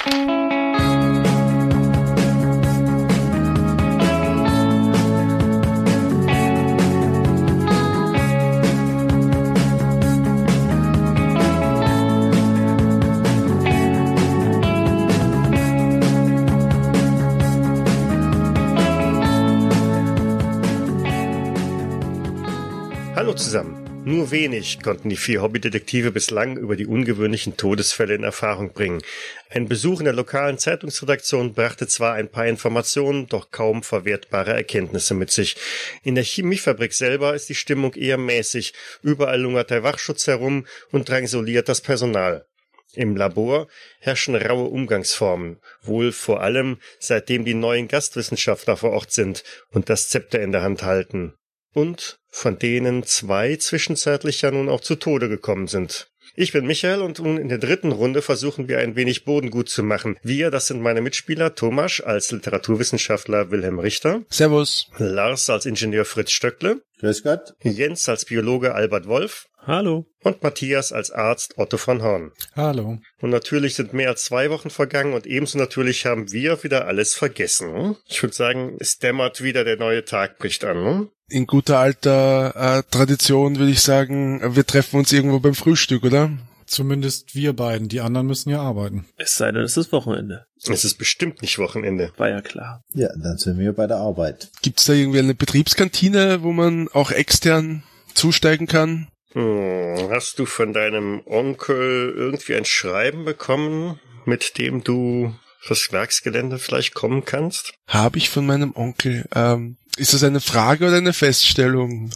Hallo zusammen. Nur wenig konnten die 4 Hobbydetektive bislang über die ungewöhnlichen Todesfälle in Erfahrung bringen. Ein Besuch in der lokalen Zeitungsredaktion brachte zwar ein paar Informationen, doch kaum verwertbare Erkenntnisse mit sich. In der Chemiefabrik selber ist die Stimmung eher mäßig. Überall lungert der Wachschutz herum und drangsaliert das Personal. Im Labor herrschen raue Umgangsformen, wohl vor allem seitdem die neuen Gastwissenschaftler vor Ort sind und das Zepter in der Hand halten. Und von denen 2 zwischenzeitlich ja nun auch zu Tode gekommen sind. Ich bin Michael und nun in der 3. Runde versuchen wir ein wenig Boden gut zu machen. Wir, das sind meine Mitspieler Thomas als Literaturwissenschaftler Wilhelm Richter. Servus. Lars als Ingenieur Fritz Stöckle. Grüß Gott. Jens als Biologe Albert Wolf. Hallo. Und Matthias als Arzt Otto von Horn. Hallo. Und natürlich sind mehr als 2 Wochen vergangen und ebenso natürlich haben wir wieder alles vergessen. Ich würde sagen, es dämmert wieder, der neue Tag bricht an. In guter alter Tradition würde ich sagen, wir treffen uns irgendwo beim Frühstück, oder? Zumindest wir beiden. Die anderen müssen ja arbeiten. Es sei denn, es ist Wochenende. Es ist bestimmt nicht Wochenende. War ja klar. Ja, dann sind wir bei der Arbeit. Gibt's da irgendwie eine Betriebskantine, wo man auch extern zusteigen kann? Hast du von deinem Onkel irgendwie ein Schreiben bekommen, mit dem du fürs Werksgelände vielleicht kommen kannst? Habe ich von meinem Onkel. Ist das eine Frage oder eine Feststellung?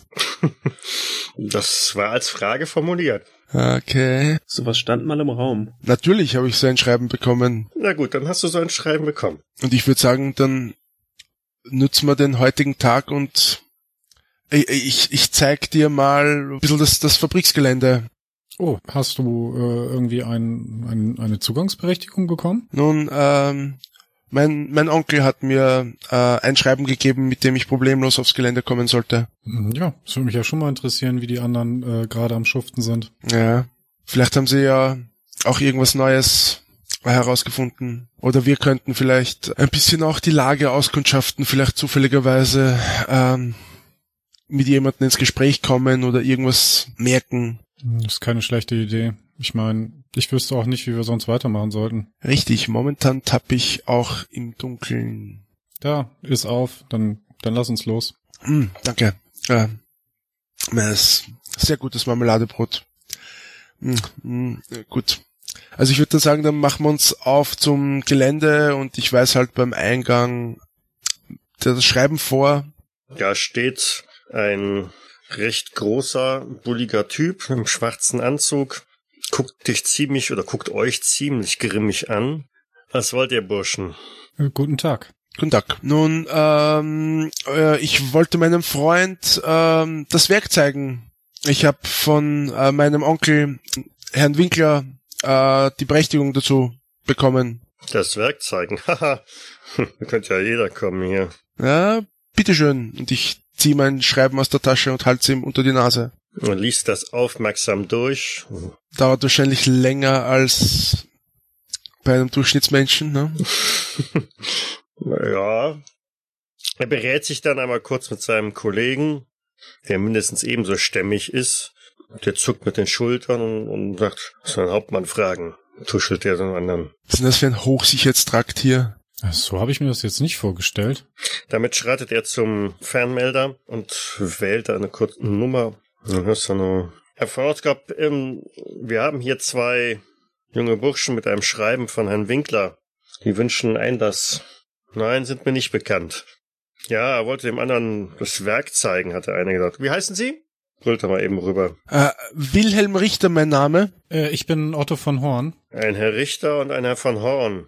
Das war als Frage formuliert. Okay. Sowas stand mal im Raum. Natürlich habe ich so ein Schreiben bekommen. Na gut, dann hast du so ein Schreiben bekommen. Und ich würde sagen, dann nutzen wir den heutigen Tag und ich zeig dir mal ein bisschen das Fabriksgelände. Oh, hast du irgendwie eine Zugangsberechtigung bekommen? Nun, mein Onkel hat mir ein Schreiben gegeben, mit dem ich problemlos aufs Gelände kommen sollte. Ja, das würde mich ja schon mal interessieren, wie die anderen gerade am Schuften sind. Ja, vielleicht haben sie ja auch irgendwas Neues herausgefunden. Oder wir könnten vielleicht ein bisschen auch die Lage auskundschaften, vielleicht zufälligerweise mit jemandem ins Gespräch kommen oder irgendwas merken. Das ist keine schlechte Idee. Ich meine, ich wüsste auch nicht, wie wir sonst weitermachen sollten. Richtig, momentan tappe ich auch im Dunkeln. Da, ist auf, dann lass uns los. Danke. Das sehr gutes Marmeladebrot. Gut. Also ich würde dann sagen, dann machen wir uns auf zum Gelände und ich weiß halt beim Eingang das Schreiben vor. Da steht ein recht großer, bulliger Typ im schwarzen Anzug. Guckt euch ziemlich grimmig an. Was wollt ihr, Burschen? Guten Tag. Guten Tag. Nun, ich wollte meinem Freund das Werk zeigen. Ich habe von meinem Onkel, Herrn Winkler, die Berechtigung dazu bekommen. Das Werk zeigen? Haha, da könnte ja jeder kommen hier. Ja, bitteschön. Und ich ziehe mein Schreiben aus der Tasche und halte es ihm unter die Nase. Man liest das aufmerksam durch. Dauert wahrscheinlich länger als bei einem Durchschnittsmenschen, ne? Ja. Er berät sich dann einmal kurz mit seinem Kollegen, der mindestens ebenso stämmig ist. Der zuckt mit den Schultern und sagt, soll ein Hauptmann fragen. Tuschelt er den anderen. Was ist denn das für ein Hochsicherheitstrakt hier? So habe ich mir das jetzt nicht vorgestellt. Damit schreitet er zum Fernmelder und wählt eine kurze Nummer. Herr Fortgab, wir haben hier 2 junge Burschen mit einem Schreiben von Herrn Winkler. Die wünschen Einlass. Nein, sind mir nicht bekannt. Ja, er wollte dem anderen das Werk zeigen, hatte einer gesagt. Wie heißen Sie? Brüllt er mal eben rüber. Wilhelm Richter, mein Name. Ich bin Otto von Horn. Ein Herr Richter und ein Herr von Horn.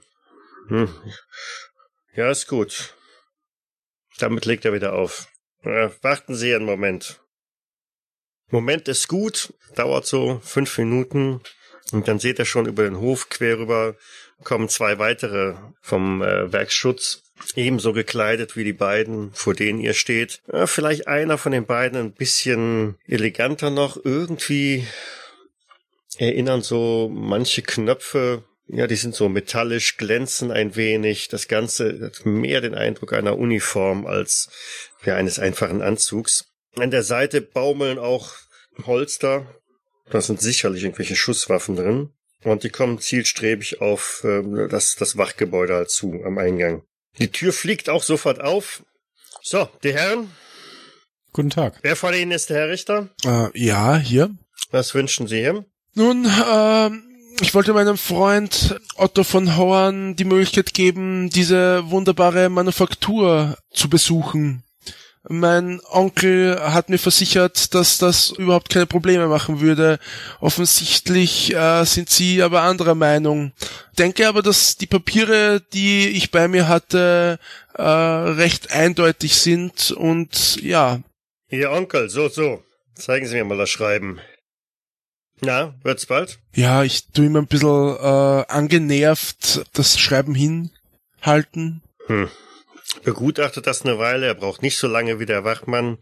Ja, ist gut. Damit legt er wieder auf. Warten Sie einen Moment. Moment ist gut, dauert so 5 Minuten und dann seht ihr schon über den Hof quer rüber kommen 2 weitere vom Werksschutz, ebenso gekleidet wie die beiden, vor denen ihr steht. Ja, vielleicht einer von den beiden ein bisschen eleganter noch, irgendwie erinnern so manche Knöpfe die sind so metallisch, glänzen ein wenig. Das Ganze hat mehr den Eindruck einer Uniform als eines einfachen Anzugs. An der Seite baumeln auch Holster. Da sind sicherlich irgendwelche Schusswaffen drin. Und die kommen zielstrebig auf das Wachgebäude halt zu, am Eingang. Die Tür fliegt auch sofort auf. So, die Herren. Guten Tag. Wer von Ihnen ist der Herr Richter? Ja, hier. Was wünschen Sie hier? Nun, ich wollte meinem Freund Otto von Horn die Möglichkeit geben, diese wunderbare Manufaktur zu besuchen. Mein Onkel hat mir versichert, dass das überhaupt keine Probleme machen würde. Offensichtlich sind Sie aber anderer Meinung. Denke aber, dass die Papiere, die ich bei mir hatte, recht eindeutig sind und ja. Ihr Onkel, so. Zeigen Sie mir mal das Schreiben. Na, wird's bald? Ja, ich tue ihm ein bisschen angenervt das Schreiben hinhalten. Begutachtet das eine Weile, er braucht nicht so lange wie der Wachmann.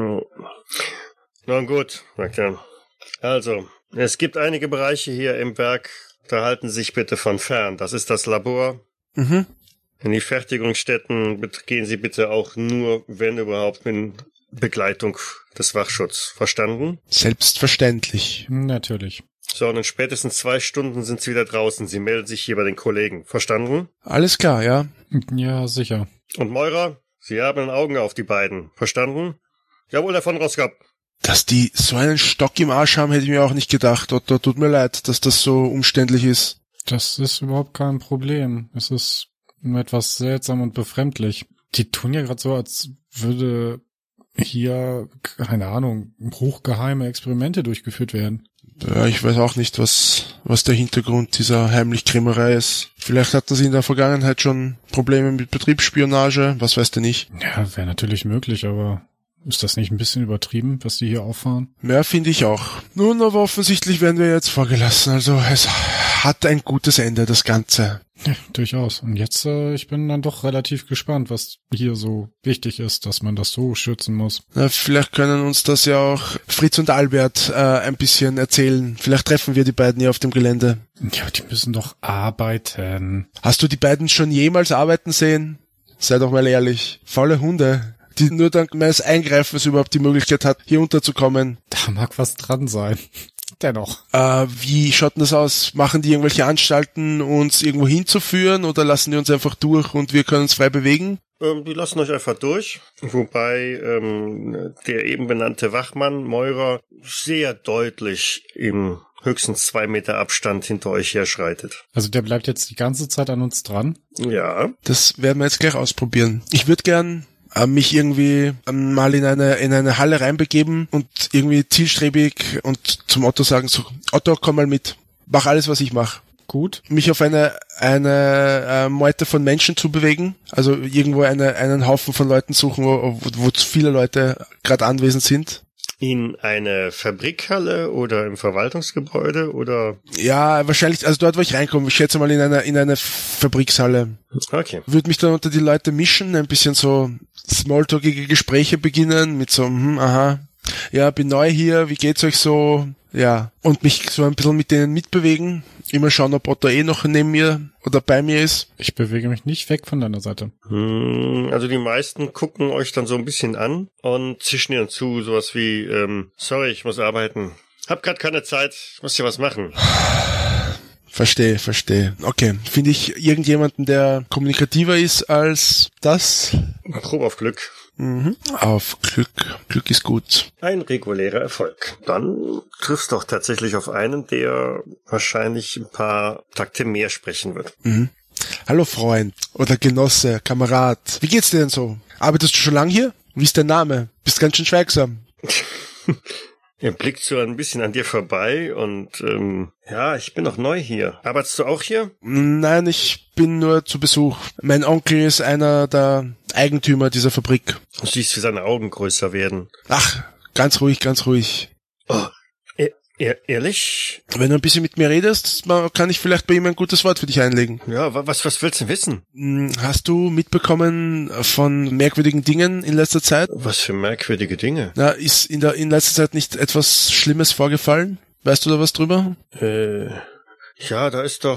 Na gut, sagt er. Also, es gibt einige Bereiche hier im Werk, da halten Sie sich bitte von fern. Das ist das Labor. Mhm. In die Fertigungsstätten gehen Sie bitte auch nur, wenn überhaupt, in Begleitung des Wachschutzes. Verstanden? Selbstverständlich. Natürlich. So, und in spätestens 2 Stunden sind Sie wieder draußen. Sie melden sich hier bei den Kollegen. Verstanden? Alles klar, ja. Ja, sicher. Und Moira, Sie haben ein Auge auf die beiden. Verstanden? Jawohl, Herr von Roskop. Dass die so einen Stock im Arsch haben, hätte ich mir auch nicht gedacht. Otto, tut mir leid, dass das so umständlich ist. Das ist überhaupt kein Problem. Es ist nur etwas seltsam und befremdlich. Die tun ja gerade so, als würde hier, keine Ahnung, hochgeheime Experimente durchgeführt werden. Ja, ich weiß auch nicht, was der Hintergrund dieser Heimlichkrämerei ist. Vielleicht hatten sie in der Vergangenheit schon Probleme mit Betriebsspionage, was weiß der nicht. Ja, wäre natürlich möglich, aber ist das nicht ein bisschen übertrieben, was die hier auffahren? Ja, finde ich auch. Nun, aber offensichtlich werden wir jetzt vorgelassen, also es hat ein gutes Ende, das Ganze. Ja, durchaus. Und jetzt, ich bin dann doch relativ gespannt, was hier so wichtig ist, dass man das so schützen muss. Na, vielleicht können uns das ja auch Fritz und Albert ein bisschen erzählen. Vielleicht treffen wir die beiden ja auf dem Gelände. Ja, die müssen doch arbeiten. Hast du die beiden schon jemals arbeiten sehen? Sei doch mal ehrlich. Faule Hunde, die nur dank meines Eingreifens überhaupt die Möglichkeit hat, hier unterzukommen. Da mag was dran sein. Dennoch. Wie schaut denn das aus? Machen die irgendwelche Anstalten, uns irgendwo hinzuführen, oder lassen die uns einfach durch und wir können uns frei bewegen? Die lassen euch einfach durch, wobei der eben benannte Wachmann, Moira, sehr deutlich im höchstens 2 Meter Abstand hinter euch herschreitet. Also der bleibt jetzt die ganze Zeit an uns dran? Ja. Das werden wir jetzt gleich ausprobieren. Ich würde gern mich irgendwie mal in eine Halle reinbegeben und irgendwie zielstrebig und zum Otto sagen, so, Otto, komm mal mit, mach alles, was ich mache. Gut. Mich auf eine Meute von Menschen zu bewegen, also irgendwo einen Haufen von Leuten suchen, wo viele Leute gerade anwesend sind. In eine Fabrikhalle oder im Verwaltungsgebäude oder? Ja, wahrscheinlich, also dort, wo ich reinkomme, ich schätze mal in eine Fabrikshalle. Okay. Würde mich dann unter die Leute mischen, ein bisschen so smalltalkige Gespräche beginnen mit so, aha, ja, bin neu hier, wie geht's euch so? Ja, und mich so ein bisschen mit denen mitbewegen. Immer schauen, ob Otto noch neben mir oder bei mir ist. Ich bewege mich nicht weg von deiner Seite. Also die meisten gucken euch dann so ein bisschen an und zischen ihr zu, sowas wie, sorry, ich muss arbeiten. Hab grad keine Zeit, ich muss hier was machen. Verstehe. Okay, finde ich irgendjemanden, der kommunikativer ist als das? Probe auf Glück. Auf Glück. Glück ist gut. Ein regulärer Erfolg. Dann triffst du doch tatsächlich auf einen, der wahrscheinlich ein paar Takte mehr sprechen wird. Hallo Freund oder Genosse, Kamerad. Wie geht's dir denn so? Arbeitest du schon lang hier? Wie ist dein Name? Bist ganz schön schweigsam. Er blickt so ein bisschen an dir vorbei und, ja, ich bin noch neu hier. Arbeitest du auch hier? Nein, ich bin nur zu Besuch. Mein Onkel ist einer der Eigentümer dieser Fabrik. Du siehst, wie seine Augen größer werden. Ach, ganz ruhig. Oh, ehrlich? Wenn du ein bisschen mit mir redest, kann ich vielleicht bei ihm ein gutes Wort für dich einlegen. Ja, was willst du wissen? Hast du mitbekommen von merkwürdigen Dingen in letzter Zeit? Was für merkwürdige Dinge? Na, ist in letzter Zeit nicht etwas Schlimmes vorgefallen? Weißt du da was drüber? Ja, da ist doch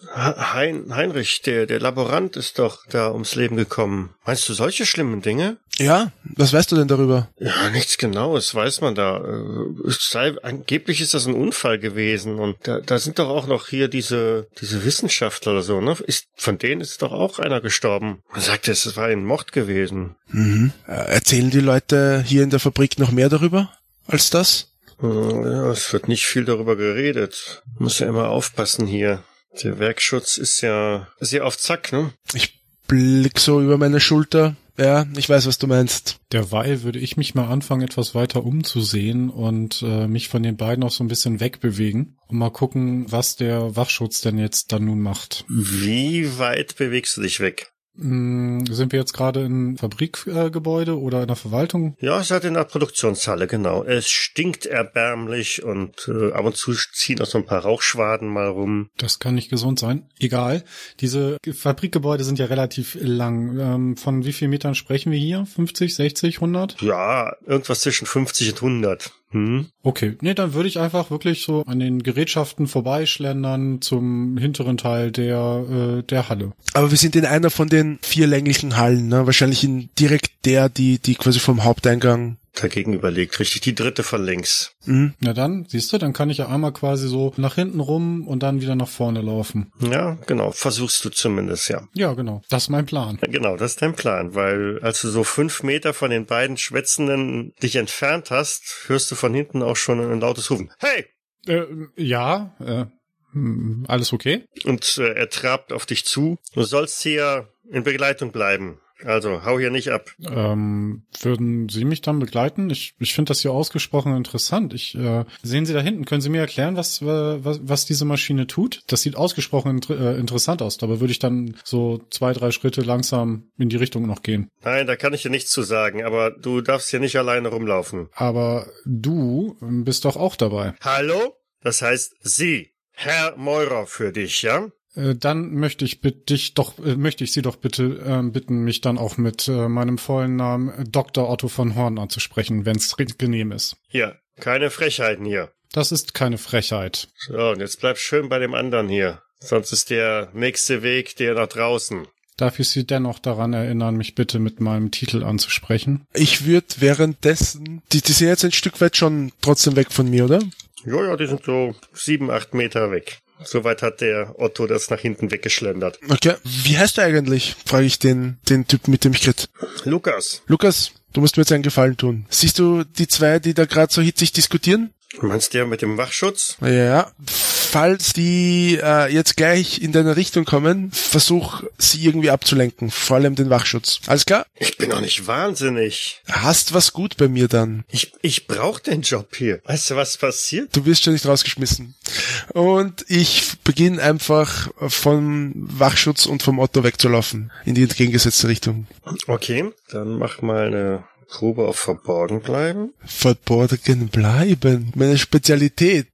Heinrich, der Laborant ist doch da ums Leben gekommen. Meinst du solche schlimmen Dinge? Ja, was weißt du denn darüber? Ja, nichts Genaues weiß man da. Angeblich ist das ein Unfall gewesen und da sind doch auch noch hier diese Wissenschaftler oder so, ne? Von denen ist doch auch einer gestorben. Man sagt, es war ein Mord gewesen. Mhm. Erzählen die Leute hier in der Fabrik noch mehr darüber als das? Ja, es wird nicht viel darüber geredet. Muss ja immer aufpassen hier. Der Werkschutz ist ja auf Zack, ne? Ich blick so über meine Schulter. Ja, ich weiß, was du meinst. Derweil würde ich mich mal anfangen, etwas weiter umzusehen und mich von den beiden auch so ein bisschen wegbewegen und mal gucken, was der Wachschutz denn jetzt dann nun macht. Wie weit bewegst du dich weg? Sind wir jetzt gerade in Fabrikgebäude oder in der Verwaltung? Ja, es hat in der Produktionshalle, genau. Es stinkt erbärmlich und ab und zu ziehen auch so ein paar Rauchschwaden mal rum. Das kann nicht gesund sein. Egal. Diese Fabrikgebäude sind ja relativ lang. Von wie vielen Metern sprechen wir hier? 50, 60, 100? Ja, irgendwas zwischen 50 und 100. Okay, nee, dann würde ich einfach wirklich so an den Gerätschaften vorbeischlendern zum hinteren Teil der Halle. Aber wir sind in einer von den 4 länglichen Hallen, ne? Wahrscheinlich in direkt die quasi vom Haupteingang dagegen überlegt, richtig, die dritte von links. Mhm. Na dann, siehst du, dann kann ich ja einmal quasi so nach hinten rum und dann wieder nach vorne laufen. Ja, genau, versuchst du zumindest, ja. Ja, genau, das ist mein Plan. Genau, das ist dein Plan, weil als du so 5 Meter von den beiden Schwätzenden dich entfernt hast, hörst du von hinten auch schon ein lautes Rufen. Hey! Alles okay? Und er trabt auf dich zu. Du sollst hier in Begleitung bleiben. Also, hau hier nicht ab. Würden Sie mich dann begleiten? Ich finde das hier ausgesprochen interessant. Sehen Sie da hinten, können Sie mir erklären, was diese Maschine tut? Das sieht ausgesprochen interessant aus. Dabei würde ich dann so 2, 3 Schritte langsam in die Richtung noch gehen. Nein, da kann ich dir nichts zu sagen, aber du darfst hier nicht alleine rumlaufen. Aber du bist doch auch dabei. Hallo? Das heißt Sie. Herr Meurer für dich, ja? Dann möchte ich Sie doch bitte bitten, mich dann auch mit meinem vollen Namen Dr. Otto von Horn anzusprechen, wenn es genehm ist. Hier, keine Frechheiten hier. Das ist keine Frechheit. So, und jetzt bleib schön bei dem anderen hier. Sonst ist der nächste Weg der nach draußen. Darf ich Sie dennoch daran erinnern, mich bitte mit meinem Titel anzusprechen? Ich würde währenddessen, die sind jetzt ein Stück weit schon trotzdem weg von mir, oder? Ja, die sind so 7, 8 Meter weg. Soweit hat der Otto das nach hinten weggeschlendert. Okay. Wie heißt du eigentlich? Frage ich den Typen, mit dem ich rede. Lukas. Lukas, du musst mir jetzt einen Gefallen tun. Siehst du die 2, die da gerade so hitzig diskutieren? Meinst du der mit dem Wachschutz? Ja. Falls die jetzt gleich in deine Richtung kommen, versuch sie irgendwie abzulenken. Vor allem den Wachschutz. Alles klar? Ich bin doch nicht wahnsinnig. Hast was gut bei mir dann. Ich brauch den Job hier. Weißt du, was passiert? Du wirst schon nicht rausgeschmissen. Und ich beginne einfach vom Wachschutz und vom Otto wegzulaufen. In die entgegengesetzte Richtung. Okay, dann mach mal eine Probe auf Verborgen bleiben. Verborgen bleiben? Meine Spezialität.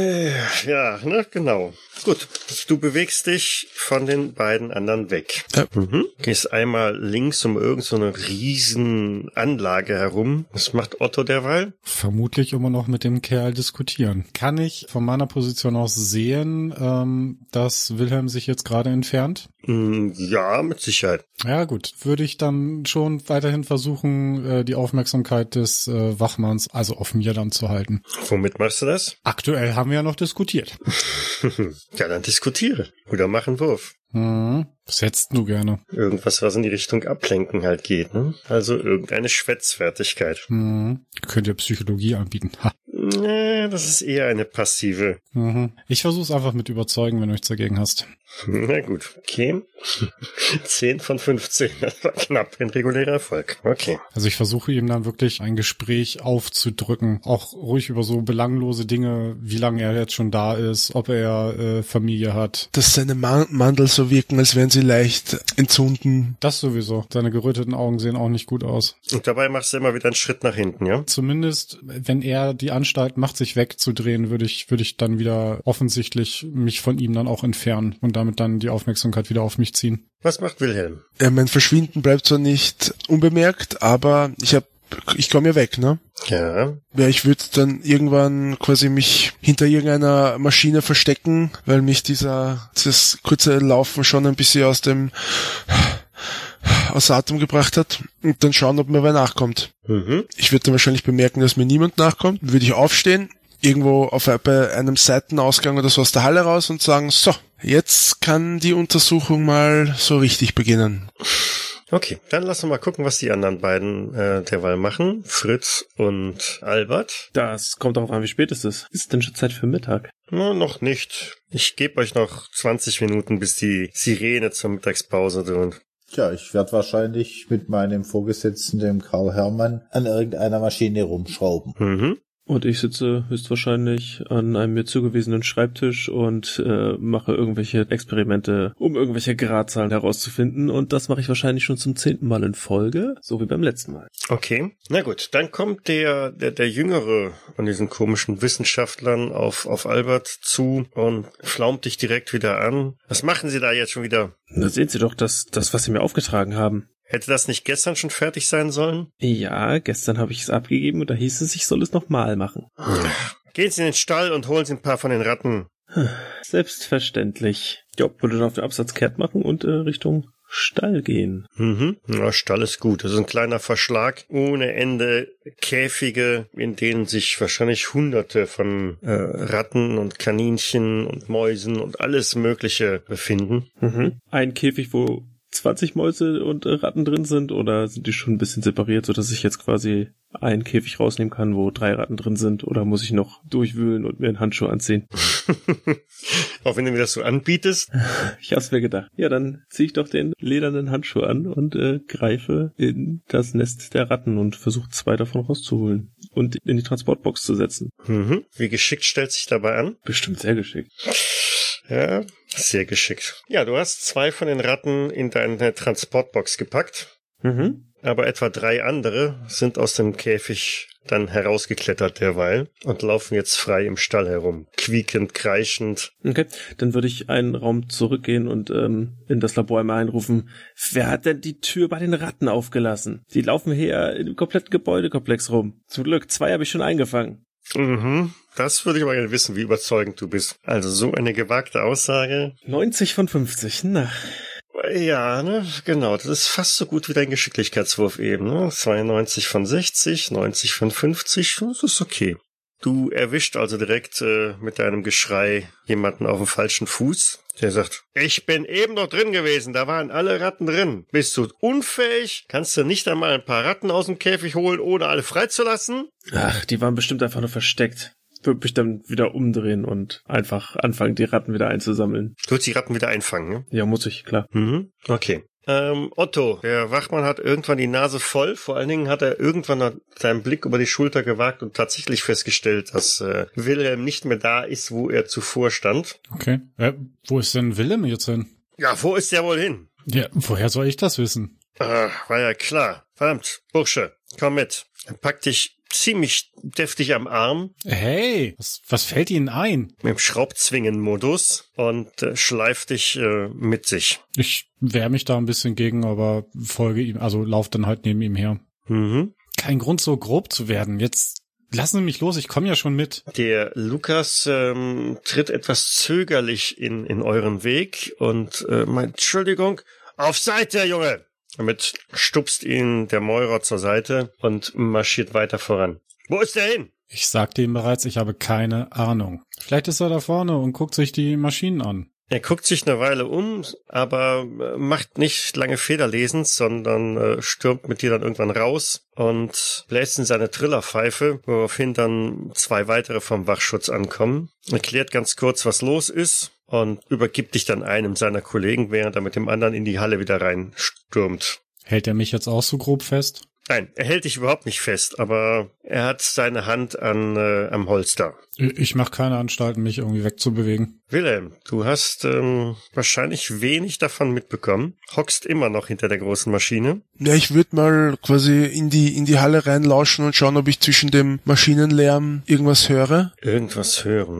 Ja, ne, genau. Gut, du bewegst dich von den beiden anderen weg. Ja. Gehst einmal links um irgend so eine riesen Anlage herum. Was macht Otto derweil? Vermutlich immer noch mit dem Kerl diskutieren. Kann ich von meiner Position aus sehen, dass Wilhelm sich jetzt gerade entfernt? Ja, mit Sicherheit. Ja gut, würde ich dann schon weiterhin versuchen, die Aufmerksamkeit des Wachmanns, also auf mir dann zu halten. Womit machst du das? Aktuell haben wir ja noch diskutiert. Ja, dann diskutiere. Oder mach einen Wurf. Was hättest du gerne? Irgendwas, was in die Richtung Ablenken halt geht, ne? Also irgendeine Schwätzfertigkeit. Könnt ihr Psychologie anbieten? Ha. Nee, das ist eher eine passive. Ich versuch's einfach mit überzeugen, wenn du nichts dagegen hast. Na gut, okay. 10 von 15, das war knapp ein regulärer Erfolg. Okay. Also ich versuche ihm dann wirklich ein Gespräch aufzudrücken, auch ruhig über so belanglose Dinge, wie lange er jetzt schon da ist, ob er Familie hat. Dass seine Mandel so wirken, als wären sie leicht entzünden. Das sowieso. Seine geröteten Augen sehen auch nicht gut aus. Und dabei machst du immer wieder einen Schritt nach hinten, ja? Zumindest, wenn er die Anstalt macht, sich wegzudrehen, würde ich dann wieder offensichtlich mich von ihm dann auch entfernen und damit dann die Aufmerksamkeit wieder auf mich ziehen. Was macht Wilhelm? Mein Verschwinden bleibt zwar nicht unbemerkt, aber ich habe ich komme ja weg, ne? Ja. Ja, ich würde dann irgendwann quasi mich hinter irgendeiner Maschine verstecken, weil mich dieses kurze Laufen schon ein bisschen aus Atem gebracht hat und dann schauen, ob mir wer nachkommt. Ich würde dann wahrscheinlich bemerken, dass mir niemand nachkommt. Dann würde ich aufstehen, irgendwo bei einem Seitenausgang oder so aus der Halle raus und sagen, so, jetzt kann die Untersuchung mal so richtig beginnen. Okay, dann lass uns mal gucken, was die anderen beiden derweil machen. Fritz und Albert. Das kommt darauf an, wie spät es ist. Ist denn schon Zeit für Mittag? No, noch nicht. Ich gebe euch noch 20 Minuten, bis die Sirene zur Mittagspause droht. Tja, ich werde wahrscheinlich mit meinem Vorgesetzten, dem Karl Hermann, an irgendeiner Maschine rumschrauben. Und ich sitze höchstwahrscheinlich an einem mir zugewiesenen Schreibtisch und mache irgendwelche Experimente, um irgendwelche Gradzahlen herauszufinden. Und das mache ich wahrscheinlich schon zum 10. Mal in Folge, so wie beim letzten Mal. Okay, na gut, dann kommt der Jüngere von diesen komischen Wissenschaftlern auf Albert zu und flaumt dich direkt wieder an. Was machen Sie da jetzt schon wieder? Da sehen Sie doch das, was Sie mir aufgetragen haben. Hätte das nicht gestern schon fertig sein sollen? Ja, gestern habe ich es abgegeben und da hieß es, ich soll es nochmal machen. Gehen Sie in den Stall und holen Sie ein paar von den Ratten. Selbstverständlich. Ja, würde dann auf den Absatz kehrt machen und Richtung Stall gehen. Ja, Stall ist gut. Das ist ein kleiner Verschlag ohne Ende Käfige, in denen sich wahrscheinlich Hunderte von Ratten und Kaninchen und Mäusen und alles Mögliche befinden. Ein Käfig, wo 20 Mäuse und Ratten drin sind, oder sind die schon ein bisschen separiert, sodass ich jetzt quasi einen Käfig rausnehmen kann, wo 3 Ratten drin sind, oder muss ich noch durchwühlen und mir einen Handschuh anziehen? Auch wenn du mir das so anbietest? Ich hab's mir gedacht. Ja, dann ziehe ich doch den ledernen Handschuh an und greife in das Nest der Ratten und versuche 2 davon rauszuholen und in die Transportbox zu setzen. Wie geschickt stellt sich dabei an? Bestimmt sehr geschickt. Ja, sehr geschickt. Ja, du hast 2 von den Ratten in deine Transportbox gepackt. Aber etwa 3 andere sind aus dem Käfig dann herausgeklettert derweil und laufen jetzt frei im Stall herum, quiekend, kreischend. Okay, dann würde ich einen Raum zurückgehen und in das Labor einmal einrufen. Wer hat denn die Tür bei den Ratten aufgelassen? Die laufen hier im kompletten Gebäudekomplex rum. Zum Glück, 2 habe ich schon eingefangen. Das würde ich aber gerne wissen, wie überzeugend du bist. Also so eine gewagte Aussage. 90 von 50, na. Ja, ne, genau. Das ist fast so gut wie dein Geschicklichkeitswurf eben, ne? 92 von 60, 90 von 50, das ist okay. Du erwischt also direkt mit deinem Geschrei jemanden auf dem falschen Fuß. Der sagt, ich bin eben noch drin gewesen, da waren alle Ratten drin. Bist du unfähig? Kannst du nicht einmal ein paar Ratten aus dem Käfig holen, ohne alle freizulassen? Ach, die waren bestimmt einfach nur versteckt. Würde mich dann wieder umdrehen und einfach anfangen, die Ratten wieder einzusammeln. Du willst die Ratten wieder einfangen, ne? Ja, muss ich, klar. Okay. Otto, der Wachmann hat irgendwann die Nase voll. Vor allen Dingen hat er irgendwann seinen Blick über die Schulter gewagt und tatsächlich festgestellt, dass Wilhelm nicht mehr da ist, wo er zuvor stand. Okay. Wo ist denn Wilhelm jetzt hin? Ja, wo ist der wohl hin? Ja, woher soll ich das wissen? War ja klar. Verdammt, Bursche, komm mit. Er packt dich ziemlich deftig am Arm. Hey, was fällt Ihnen ein? Mit dem Schraubzwingen-Modus und schleift dich mit sich. Ich wehre mich da ein bisschen gegen, aber folge ihm, also lauf dann halt neben ihm her. Kein Grund, so grob zu werden. Jetzt lassen Sie mich los, ich komme ja schon mit. Der Lukas tritt etwas zögerlich in euren Weg und meint, Entschuldigung, auf Seite, Junge! Damit stupst ihn der Meurer zur Seite und marschiert weiter voran. Wo ist der hin? Ich sagte ihm bereits, ich habe keine Ahnung. Vielleicht ist er da vorne und guckt sich die Maschinen an. Er guckt sich eine Weile um, aber macht nicht lange Federlesens, sondern stürmt mit dir dann irgendwann raus und bläst in seine Trillerpfeife, woraufhin dann 2 weitere vom Wachschutz ankommen. Erklärt ganz kurz, was los ist und übergibt dich dann einem seiner Kollegen, während er mit dem anderen in die Halle wieder reinstürmt. Hält er mich jetzt auch so grob fest? Nein, er hält dich überhaupt nicht fest, aber er hat seine Hand am Holster. Ich mache keine Anstalten, mich irgendwie wegzubewegen. Wilhelm, du hast wahrscheinlich wenig davon mitbekommen. Hockst immer noch hinter der großen Maschine. Ja, ich würde mal quasi in die Halle reinlauschen und schauen, ob ich zwischen dem Maschinenlärm irgendwas höre. Irgendwas hören.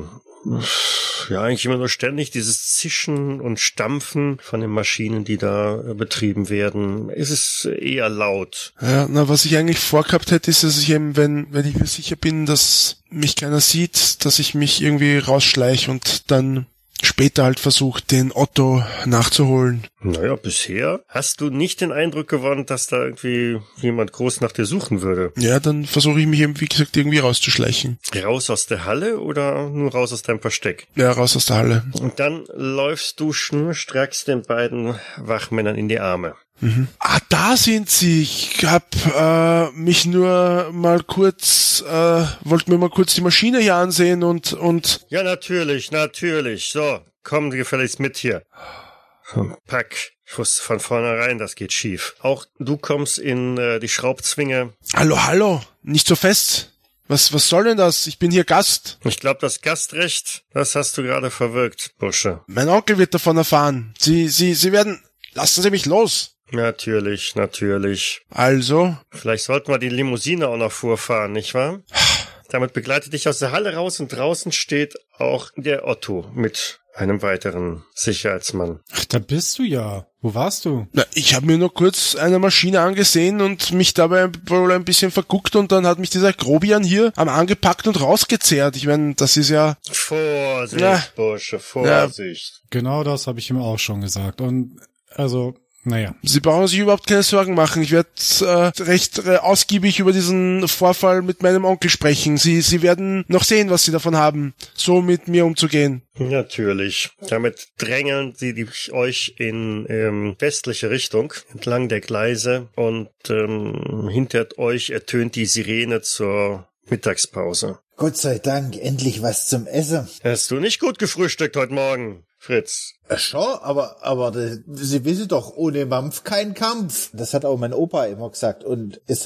Ja, eigentlich immer nur ständig dieses Zischen und Stampfen von den Maschinen, die da betrieben werden. Es ist eher laut. Ja, was ich eigentlich vorgehabt hätte, ist, dass ich eben, wenn ich mir sicher bin, dass mich keiner sieht, dass ich mich irgendwie rausschleiche und dann später halt versucht, den Otto nachzuholen. Naja, bisher hast du nicht den Eindruck gewonnen, dass da irgendwie jemand groß nach dir suchen würde. Ja, dann versuche ich mich eben, wie gesagt, irgendwie rauszuschleichen. Raus aus der Halle oder nur raus aus deinem Versteck? Ja, raus aus der Halle. Und dann läufst du schnurstracks den beiden Wachmännern in die Arme. Mhm. Ah, da sind sie. Ich hab mich nur mal kurz, wollte mir mal kurz die Maschine hier ansehen und... Ja, natürlich. So, komm gefälligst mit hier. Pack. Ich wusste von vornherein, das geht schief. Auch du kommst in die Schraubzwinge. Hallo, nicht so fest. Was soll denn das? Ich bin hier Gast. Ich glaube, das Gastrecht, das hast du gerade verwirkt, Bursche. Mein Onkel wird davon erfahren. Sie werden... Lassen Sie mich los. Natürlich. Also? Vielleicht sollten wir die Limousine auch noch vorfahren, nicht wahr? Damit begleitet dich aus der Halle raus und draußen steht auch der Otto mit einem weiteren Sicherheitsmann. Ach, da bist du ja. Wo warst du? Na, ich habe mir nur kurz eine Maschine angesehen und mich dabei wohl ein bisschen verguckt und dann hat mich dieser Grobian hier angepackt und rausgezerrt. Ich meine, das ist ja... Vorsicht, Bursche, Vorsicht. Ja. Genau das habe ich ihm auch schon gesagt. Und also... Naja. Sie brauchen sich überhaupt keine Sorgen machen. Ich werde recht ausgiebig über diesen Vorfall mit meinem Onkel sprechen. Sie werden noch sehen, was Sie davon haben, so mit mir umzugehen. Natürlich. Damit drängeln sie euch in westliche Richtung, entlang der Gleise und hinter euch ertönt die Sirene zur Mittagspause. Gott sei Dank, endlich was zum Essen. Hast du nicht gut gefrühstückt heute Morgen, Fritz? Schon, aber Sie wissen doch, ohne Mampf kein Kampf. Das hat auch mein Opa immer gesagt. Und es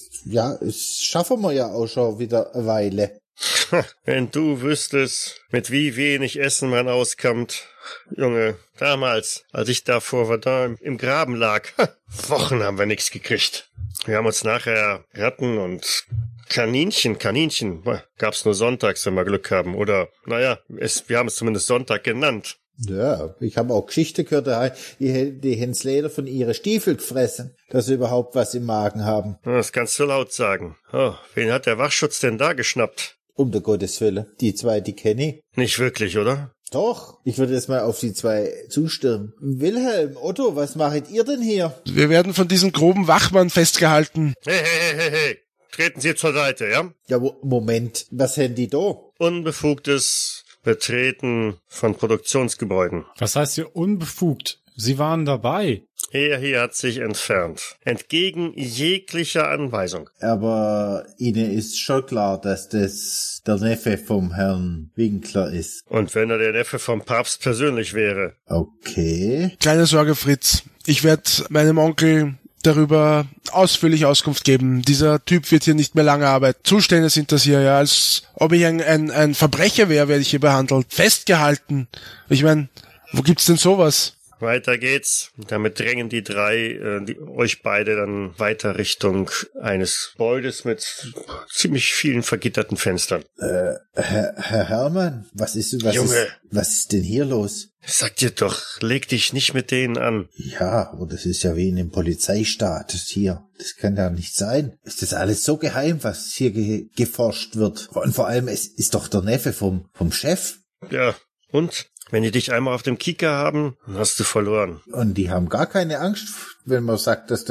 schaffen wir ja auch schon wieder eine Weile. Wenn du wüsstest, mit wie wenig Essen man auskommt. Junge, damals, als ich da vor Verdun im Graben lag, Wochen haben wir nichts gekriegt. Wir haben uns nachher Ratten und Kaninchen gab's nur sonntags, wenn wir Glück haben. Oder, wir haben es zumindest Sonntag genannt. Ja, ich habe auch Geschichte gehört, die Hensläder von ihre Stiefel gefressen, dass sie überhaupt was im Magen haben. Das kannst du laut sagen. Oh, wen hat der Wachschutz denn da geschnappt? Um der Gottes Willen. Die zwei, die kenne ich. Nicht wirklich, oder? Doch, ich würde jetzt mal auf die zwei zustürmen. Wilhelm, Otto, was macht ihr denn hier? Wir werden von diesem groben Wachmann festgehalten. Hey. Treten Sie zur Seite, ja? Ja, Moment, was haben die da? Unbefugtes Betreten von Produktionsgebäuden. Was heißt hier unbefugt? Sie waren dabei. Er hier hat sich entfernt. Entgegen jeglicher Anweisung. Aber Ihnen ist schon klar, dass das der Neffe vom Herrn Winkler ist. Und wenn er der Neffe vom Papst persönlich wäre? Okay. Keine Sorge, Fritz. Ich werde meinem Onkel darüber ausführlich Auskunft geben. Dieser Typ wird hier nicht mehr lange arbeiten. Zustände sind das hier, ja. Als ob ich ein Verbrecher wäre, werde ich hier behandelt. Festgehalten. Ich meine, wo gibt's denn sowas? Weiter geht's. Damit drängen die drei euch beide dann weiter Richtung eines Gebäudes mit ziemlich vielen vergitterten Fenstern. Herr Hermann, was ist denn hier los? Sag dir doch, leg dich nicht mit denen an. Ja, aber das ist ja wie in einem Polizeistaat hier. Das kann ja nicht sein. Ist das alles so geheim, was hier geforscht wird? Und vor allem, es ist doch der Neffe vom Chef. Ja, und? Wenn die dich einmal auf dem Kieker haben, dann hast du verloren. Und die haben gar keine Angst, wenn man sagt, dass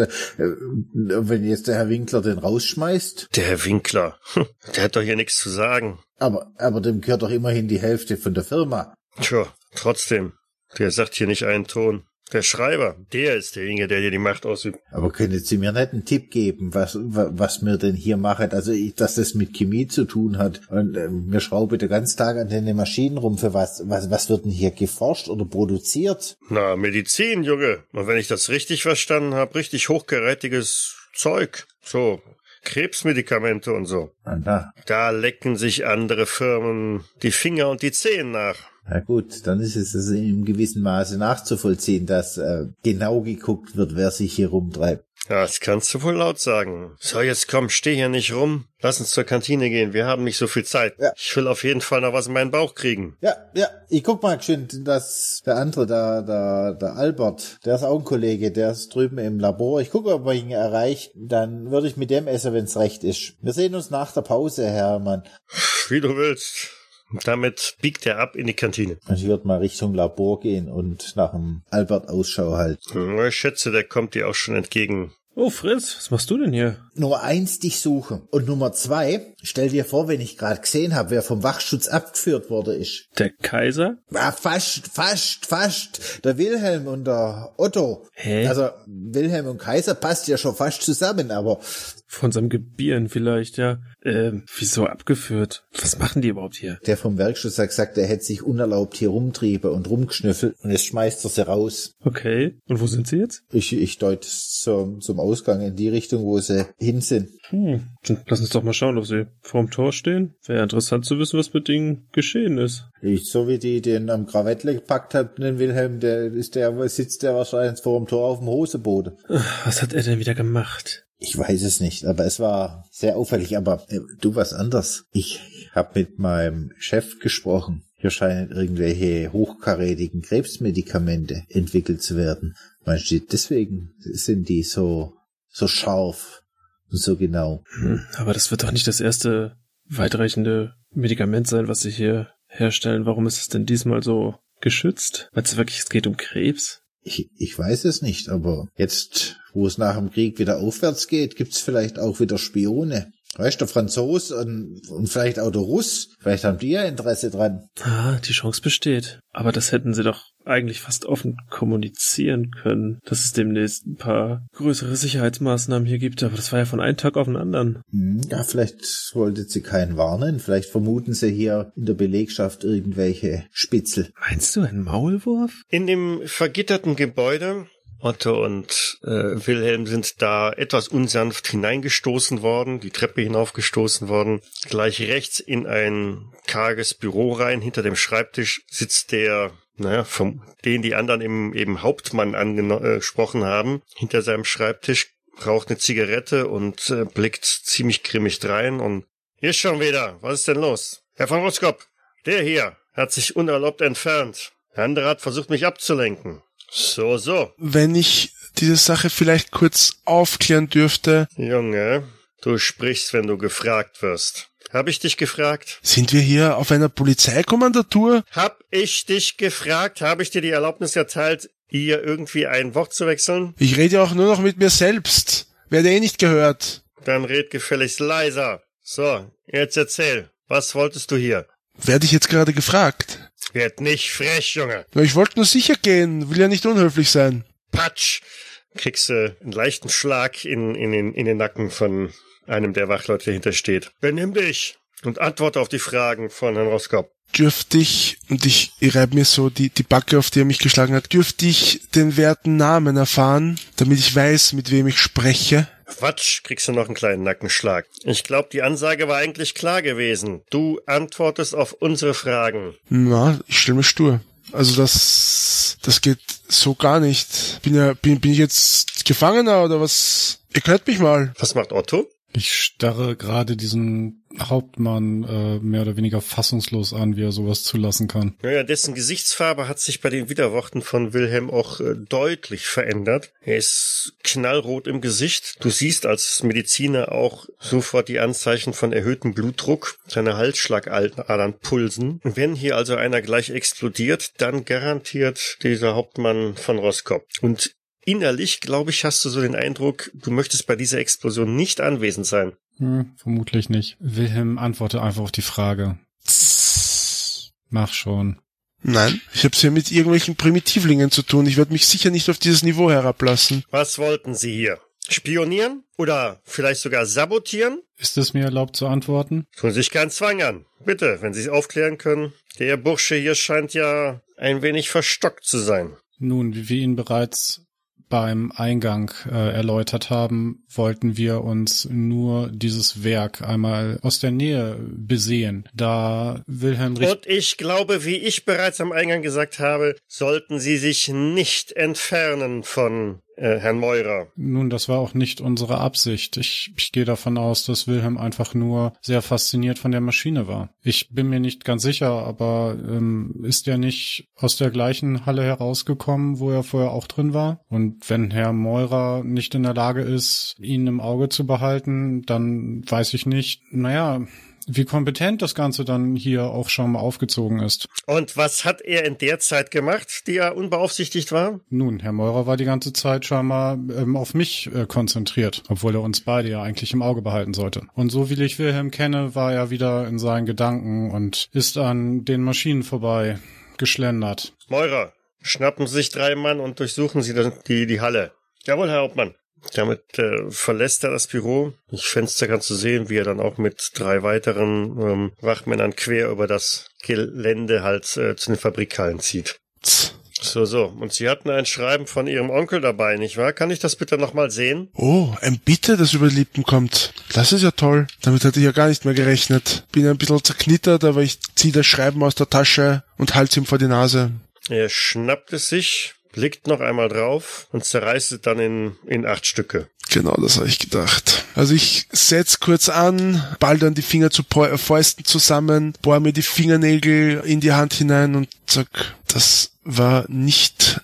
wenn jetzt der Herr Winkler den rausschmeißt. Der Herr Winkler, der hat doch hier nichts zu sagen. Aber dem gehört doch immerhin die Hälfte von der Firma. Tja, trotzdem, der sagt hier nicht einen Ton. Der Schreiber, der ist derjenige, der dir die Macht ausübt. Aber können Sie mir nicht einen Tipp geben, was wir denn hier machen? Also, dass das mit Chemie zu tun hat. Und wir schrauben den ganzen Tag an den Maschinen rum. Für was wird denn hier geforscht oder produziert? Na, Medizin, Junge. Und wenn ich das richtig verstanden habe, richtig hochkarätiges Zeug. So, Krebsmedikamente und so. Na. Da lecken sich andere Firmen die Finger und die Zehen nach. Na gut, dann ist es also in gewissem Maße nachzuvollziehen, dass genau geguckt wird, wer sich hier rumtreibt. Ja, das kannst du wohl laut sagen. So, jetzt komm, steh hier nicht rum. Lass uns zur Kantine gehen, wir haben nicht so viel Zeit. Ja. Ich will auf jeden Fall noch was in meinen Bauch kriegen. Ja, ich guck mal schön, dass der andere, der Albert, der ist auch ein Kollege, der ist drüben im Labor. Ich gucke, ob ich ihn erreiche, dann würde ich mit dem essen, wenn's recht ist. Wir sehen uns nach der Pause, Hermann. Wie du willst. Damit biegt er ab in die Kantine. Ich würde mal Richtung Labor gehen und nach dem Albert Ausschau halten. Ich schätze, der kommt dir auch schon entgegen. Oh, Fritz, was machst du denn hier? Nummer 1, dich suchen. Und Nummer 2, stell dir vor, wenn ich gerade gesehen habe, wer vom Wachschutz abgeführt wurde ist. Der Kaiser? Ja, fast. Der Wilhelm und der Otto. Hä? Also Wilhelm und Kaiser passt ja schon fast zusammen, aber Von seinem Gebieren vielleicht, ja. Wieso abgeführt? Was machen die überhaupt hier? der vom Werkschutz hat gesagt, er hätte sich unerlaubt hier rumtrieben und rumgeschnüffelt und jetzt schmeißt er sie raus. Okay. Und wo sind sie jetzt? Ich deute zum Ausgang in die Richtung, wo sie hin sind. Dann lass uns doch mal schauen, ob sie vorm Tor stehen. Wäre interessant zu wissen, was mit ihnen geschehen ist. So wie die den am Krawettle gepackt hat, den Wilhelm, sitzt der wahrscheinlich vor dem Tor auf dem Hoseboden. Was hat er denn wieder gemacht? Ich weiß es nicht, aber es war sehr auffällig. Aber du, was anders. Ich habe mit meinem Chef gesprochen. Hier scheinen irgendwelche hochkarätigen Krebsmedikamente entwickelt zu werden. Meinst du, deswegen sind die so scharf und so genau? Aber das wird doch nicht das erste weitreichende Medikament sein, was sie hier herstellen. Warum ist es denn diesmal so geschützt? Meinst du wirklich, es geht um Krebs? Ich weiß es nicht, aber jetzt, wo es nach dem Krieg wieder aufwärts geht, gibt's vielleicht auch wieder Spione. Weißt du, der Franzos und vielleicht auch der Russ, vielleicht haben die ja Interesse dran. Die Chance besteht. Aber das hätten sie doch eigentlich fast offen kommunizieren können, dass es demnächst ein paar größere Sicherheitsmaßnahmen hier gibt. Aber das war ja von einem Tag auf den anderen. Ja, vielleicht wollte sie keinen warnen. Vielleicht vermuten sie hier in der Belegschaft irgendwelche Spitzel. Meinst du einen Maulwurf? In dem vergitterten Gebäude, Otto und Wilhelm sind da etwas unsanft hineingestoßen worden, die Treppe hinaufgestoßen worden. Gleich rechts in ein karges Büro rein. Hinter dem Schreibtisch sitzt der, von den die anderen eben Hauptmann angesprochen haben. Hinter seinem Schreibtisch raucht eine Zigarette und blickt ziemlich grimmig drein. Und hier schon wieder, was ist denn los? Herr von Roskop, der hier hat sich unerlaubt entfernt. Der andere hat versucht, mich abzulenken. So. Wenn ich diese Sache vielleicht kurz aufklären dürfte. Junge, du sprichst, wenn du gefragt wirst. Hab ich dich gefragt? Sind wir hier auf einer Polizeikommandatur? Hab ich dich gefragt? Habe ich dir die Erlaubnis erteilt, ihr irgendwie ein Wort zu wechseln? Ich rede ja auch nur noch mit mir selbst. Werde eh nicht gehört. Dann red gefälligst leiser. So, jetzt erzähl. Was wolltest du hier? Werde ich jetzt gerade gefragt? Werd nicht frech, Junge. Na, ich wollte nur sicher gehen, will ja nicht unhöflich sein. Patsch! Kriegst du einen leichten Schlag in den Nacken von einem der Wachleute, der hinter steht. Benimm dich und antworte auf die Fragen von Herrn Roskop. Dürfte ich, und ich reibe mir so die Backe, auf die er mich geschlagen hat, dürfte ich den werten Namen erfahren, damit ich weiß, mit wem ich spreche? Quatsch, kriegst du noch einen kleinen Nackenschlag. Ich glaube, die Ansage war eigentlich klar gewesen. Du antwortest auf unsere Fragen. Na, ich stelle mir stur. Also das geht so gar nicht. Bin ich jetzt Gefangener oder was? Ihr hört mich mal. Was macht Otto? Ich starre gerade diesen Hauptmann mehr oder weniger fassungslos an, wie er sowas zulassen kann. Naja, dessen Gesichtsfarbe hat sich bei den Widerworten von Wilhelm auch deutlich verändert. Er ist knallrot im Gesicht. Du siehst als Mediziner auch sofort die Anzeichen von erhöhtem Blutdruck, seine Halsschlagadern pulsen. Wenn hier also einer gleich explodiert, dann garantiert dieser Hauptmann von Roskop. Und innerlich, glaube ich, hast du so den Eindruck, du möchtest bei dieser Explosion nicht anwesend sein. Vermutlich nicht. Wilhelm antworte einfach auf die Frage. Mach schon. Nein, ich hab's hier mit irgendwelchen Primitivlingen zu tun. Ich werde mich sicher nicht auf dieses Niveau herablassen. Was wollten Sie hier? Spionieren? Oder vielleicht sogar sabotieren? Ist es mir erlaubt zu antworten? Tun sich keinen Zwang an. Bitte, wenn Sie es aufklären können. Der Bursche hier scheint ja ein wenig verstockt zu sein. Nun, wie wir ihn bereits beim Eingang erläutert haben, wollten wir uns nur dieses Werk einmal aus der Nähe besehen. Da Wilhelm Und ich glaube, wie ich bereits am Eingang gesagt habe, sollten Sie sich nicht entfernen von Herrn Meurer? Nun, das war auch nicht unsere Absicht. Ich gehe davon aus, dass Wilhelm einfach nur sehr fasziniert von der Maschine war. Ich bin mir nicht ganz sicher, aber ist er nicht aus der gleichen Halle herausgekommen, wo er vorher auch drin war? Und wenn Herr Meurer nicht in der Lage ist, ihn im Auge zu behalten, dann weiß ich nicht, wie kompetent das Ganze dann hier auch schon mal aufgezogen ist. Und was hat er in der Zeit gemacht, die er unbeaufsichtigt war? Nun, Herr Meurer war die ganze Zeit schon mal auf mich konzentriert, obwohl er uns beide ja eigentlich im Auge behalten sollte. Und so wie ich Wilhelm kenne, war er wieder in seinen Gedanken und ist an den Maschinen vorbei geschlendert. Meurer, schnappen Sie sich 3 Mann und durchsuchen Sie die Halle. Jawohl, Herr Hauptmann. Damit verlässt er das Büro. Durch Fenster kannst du sehen, wie er dann auch mit 3 weiteren Wachmännern quer über das Gelände halt zu den Fabrikhallen zieht. So. Und Sie hatten ein Schreiben von Ihrem Onkel dabei, nicht wahr? Kann ich das bitte nochmal sehen? Oh, ein Bitte, das über die Lippen kommt. Das ist ja toll. Damit hatte ich ja gar nicht mehr gerechnet. Bin ein bisschen zerknittert, aber ich ziehe das Schreiben aus der Tasche und halte ihm vor die Nase. Er schnappt es sich, blickt noch einmal drauf und zerreißt es dann in 8 Stücke. Genau, das habe ich gedacht. Also ich setz kurz an, ball dann die Finger zu Fäusten zusammen, bohr mir die Fingernägel in die Hand hinein und sag, das war nicht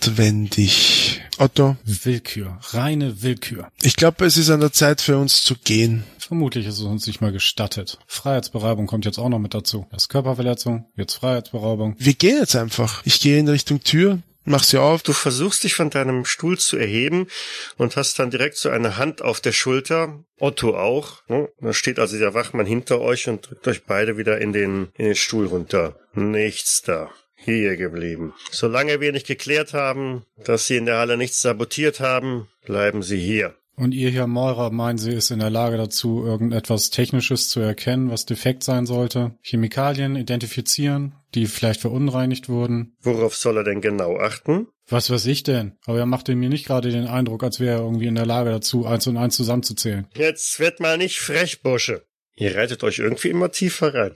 notwendig. Otto? Willkür, reine Willkür. Ich glaube, es ist an der Zeit für uns zu gehen. Vermutlich ist es uns nicht mal gestattet. Freiheitsberaubung kommt jetzt auch noch mit dazu. Erst Körperverletzung, jetzt Freiheitsberaubung. Wir gehen jetzt einfach. Ich gehe in Richtung Tür. Mach sie auf. Du versuchst dich von deinem Stuhl zu erheben und hast dann direkt so eine Hand auf der Schulter. Otto auch. Ne? Da steht also der Wachmann hinter euch und drückt euch beide wieder in den Stuhl runter. Nichts da. Hier geblieben. Solange wir nicht geklärt haben, dass Sie in der Halle nichts sabotiert haben, bleiben Sie hier. Und ihr, Herr Meurer, meinen Sie, ist in der Lage dazu, irgendetwas Technisches zu erkennen, was defekt sein sollte? Chemikalien identifizieren, die vielleicht verunreinigt wurden? Worauf soll er denn genau achten? Was weiß ich denn? Aber er machte mir nicht gerade den Eindruck, als wäre er irgendwie in der Lage dazu, 1 und 1 zusammenzuzählen. Jetzt wird mal nicht frech, Bursche. Ihr reitet euch irgendwie immer tiefer rein.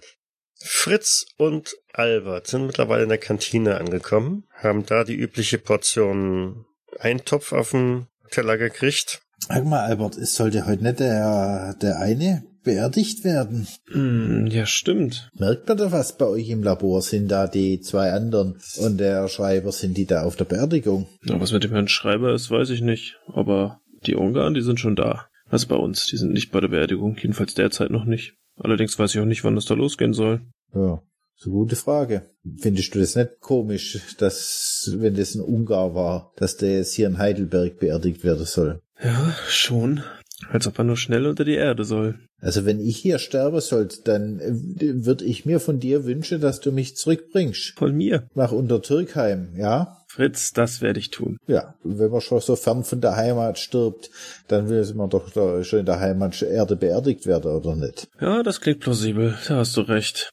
Fritz und Albert sind mittlerweile in der Kantine angekommen, haben da die übliche Portion Eintopf auf den Teller gekriegt. Sag mal, Albert, es sollte heute nicht der eine beerdigt werden. Ja, stimmt. Merkt man da was bei euch im Labor? Sind da die 2 anderen und der Schreiber, sind die da auf der Beerdigung? Ja, was mit dem Herrn Schreiber ist, weiß ich nicht. Aber die Ungarn, die sind schon da. Also bei uns, die sind nicht bei der Beerdigung, jedenfalls derzeit noch nicht. Allerdings weiß ich auch nicht, wann das da losgehen soll. Ja, so gute Frage. Findest du das nicht komisch, dass, wenn das ein Ungar war, dass der jetzt hier in Heidelberg beerdigt werden soll? Ja, schon. Als ob er nur schnell unter die Erde soll. Also wenn ich hier sterben sollte, dann würde ich mir von dir wünschen, dass du mich zurückbringst. Von mir? Nach Untertürkheim, ja? Fritz, das werde ich tun. Ja, wenn man schon so fern von der Heimat stirbt, dann will man doch da schon in der Heimaterde beerdigt werden, oder nicht? Ja, das klingt plausibel. Da hast du recht.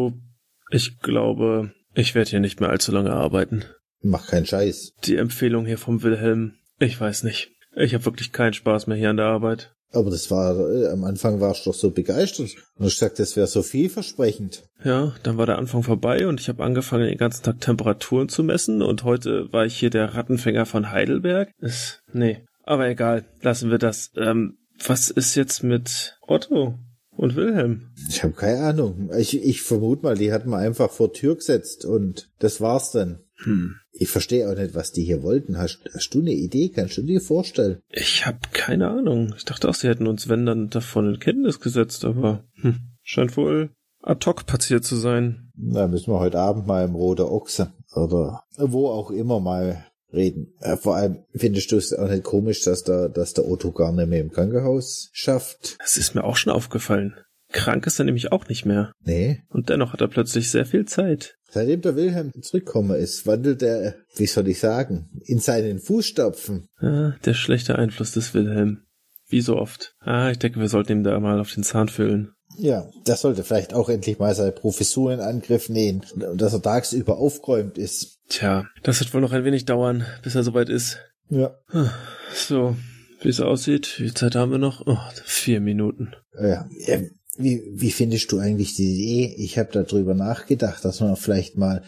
Ich glaube, ich werde hier nicht mehr allzu lange arbeiten. Mach keinen Scheiß. Die Empfehlung hier vom Wilhelm, ich weiß nicht. Ich habe wirklich keinen Spaß mehr hier an der Arbeit. Aber das war, am Anfang warst du doch so begeistert. Und ich sagte, das wäre so vielversprechend. Ja, dann war der Anfang vorbei und ich habe angefangen, den ganzen Tag Temperaturen zu messen und heute war ich hier der Rattenfänger von Heidelberg. Nee, aber egal, lassen wir das. Was ist jetzt mit Otto und Wilhelm? Ich habe keine Ahnung. Ich vermute mal, die hat man einfach vor Tür gesetzt und das war's dann. Ich verstehe auch nicht, was die hier wollten. Hast du eine Idee? Kannst du dir vorstellen? Ich habe keine Ahnung. Ich dachte auch, sie hätten uns, wenn, dann davon in Kenntnis gesetzt, aber scheint wohl ad hoc passiert zu sein. Da müssen wir heute Abend mal im Roter Ochse oder wo auch immer mal reden. Vor allem findest du es auch nicht komisch, dass der Otto gar nicht mehr im Krankenhaus schafft? Das ist mir auch schon aufgefallen. Krank ist er nämlich auch nicht mehr. Nee. Und dennoch hat er plötzlich sehr viel Zeit. Seitdem der Wilhelm zurückgekommen ist, wandelt er, wie soll ich sagen, in seinen Fußstapfen. Ah, der schlechte Einfluss des Wilhelm. Wie so oft. Ich denke, wir sollten ihm da mal auf den Zahn fühlen. Ja, der sollte vielleicht auch endlich mal seine Professur in Angriff nehmen und dass er tagsüber aufgeräumt ist. Tja, das wird wohl noch ein wenig dauern, bis er soweit ist. Ja. So, wie es aussieht, wie viel Zeit haben wir noch? 4 Minuten. Ja, wie findest du eigentlich die Idee? Ich habe darüber nachgedacht, dass man vielleicht mal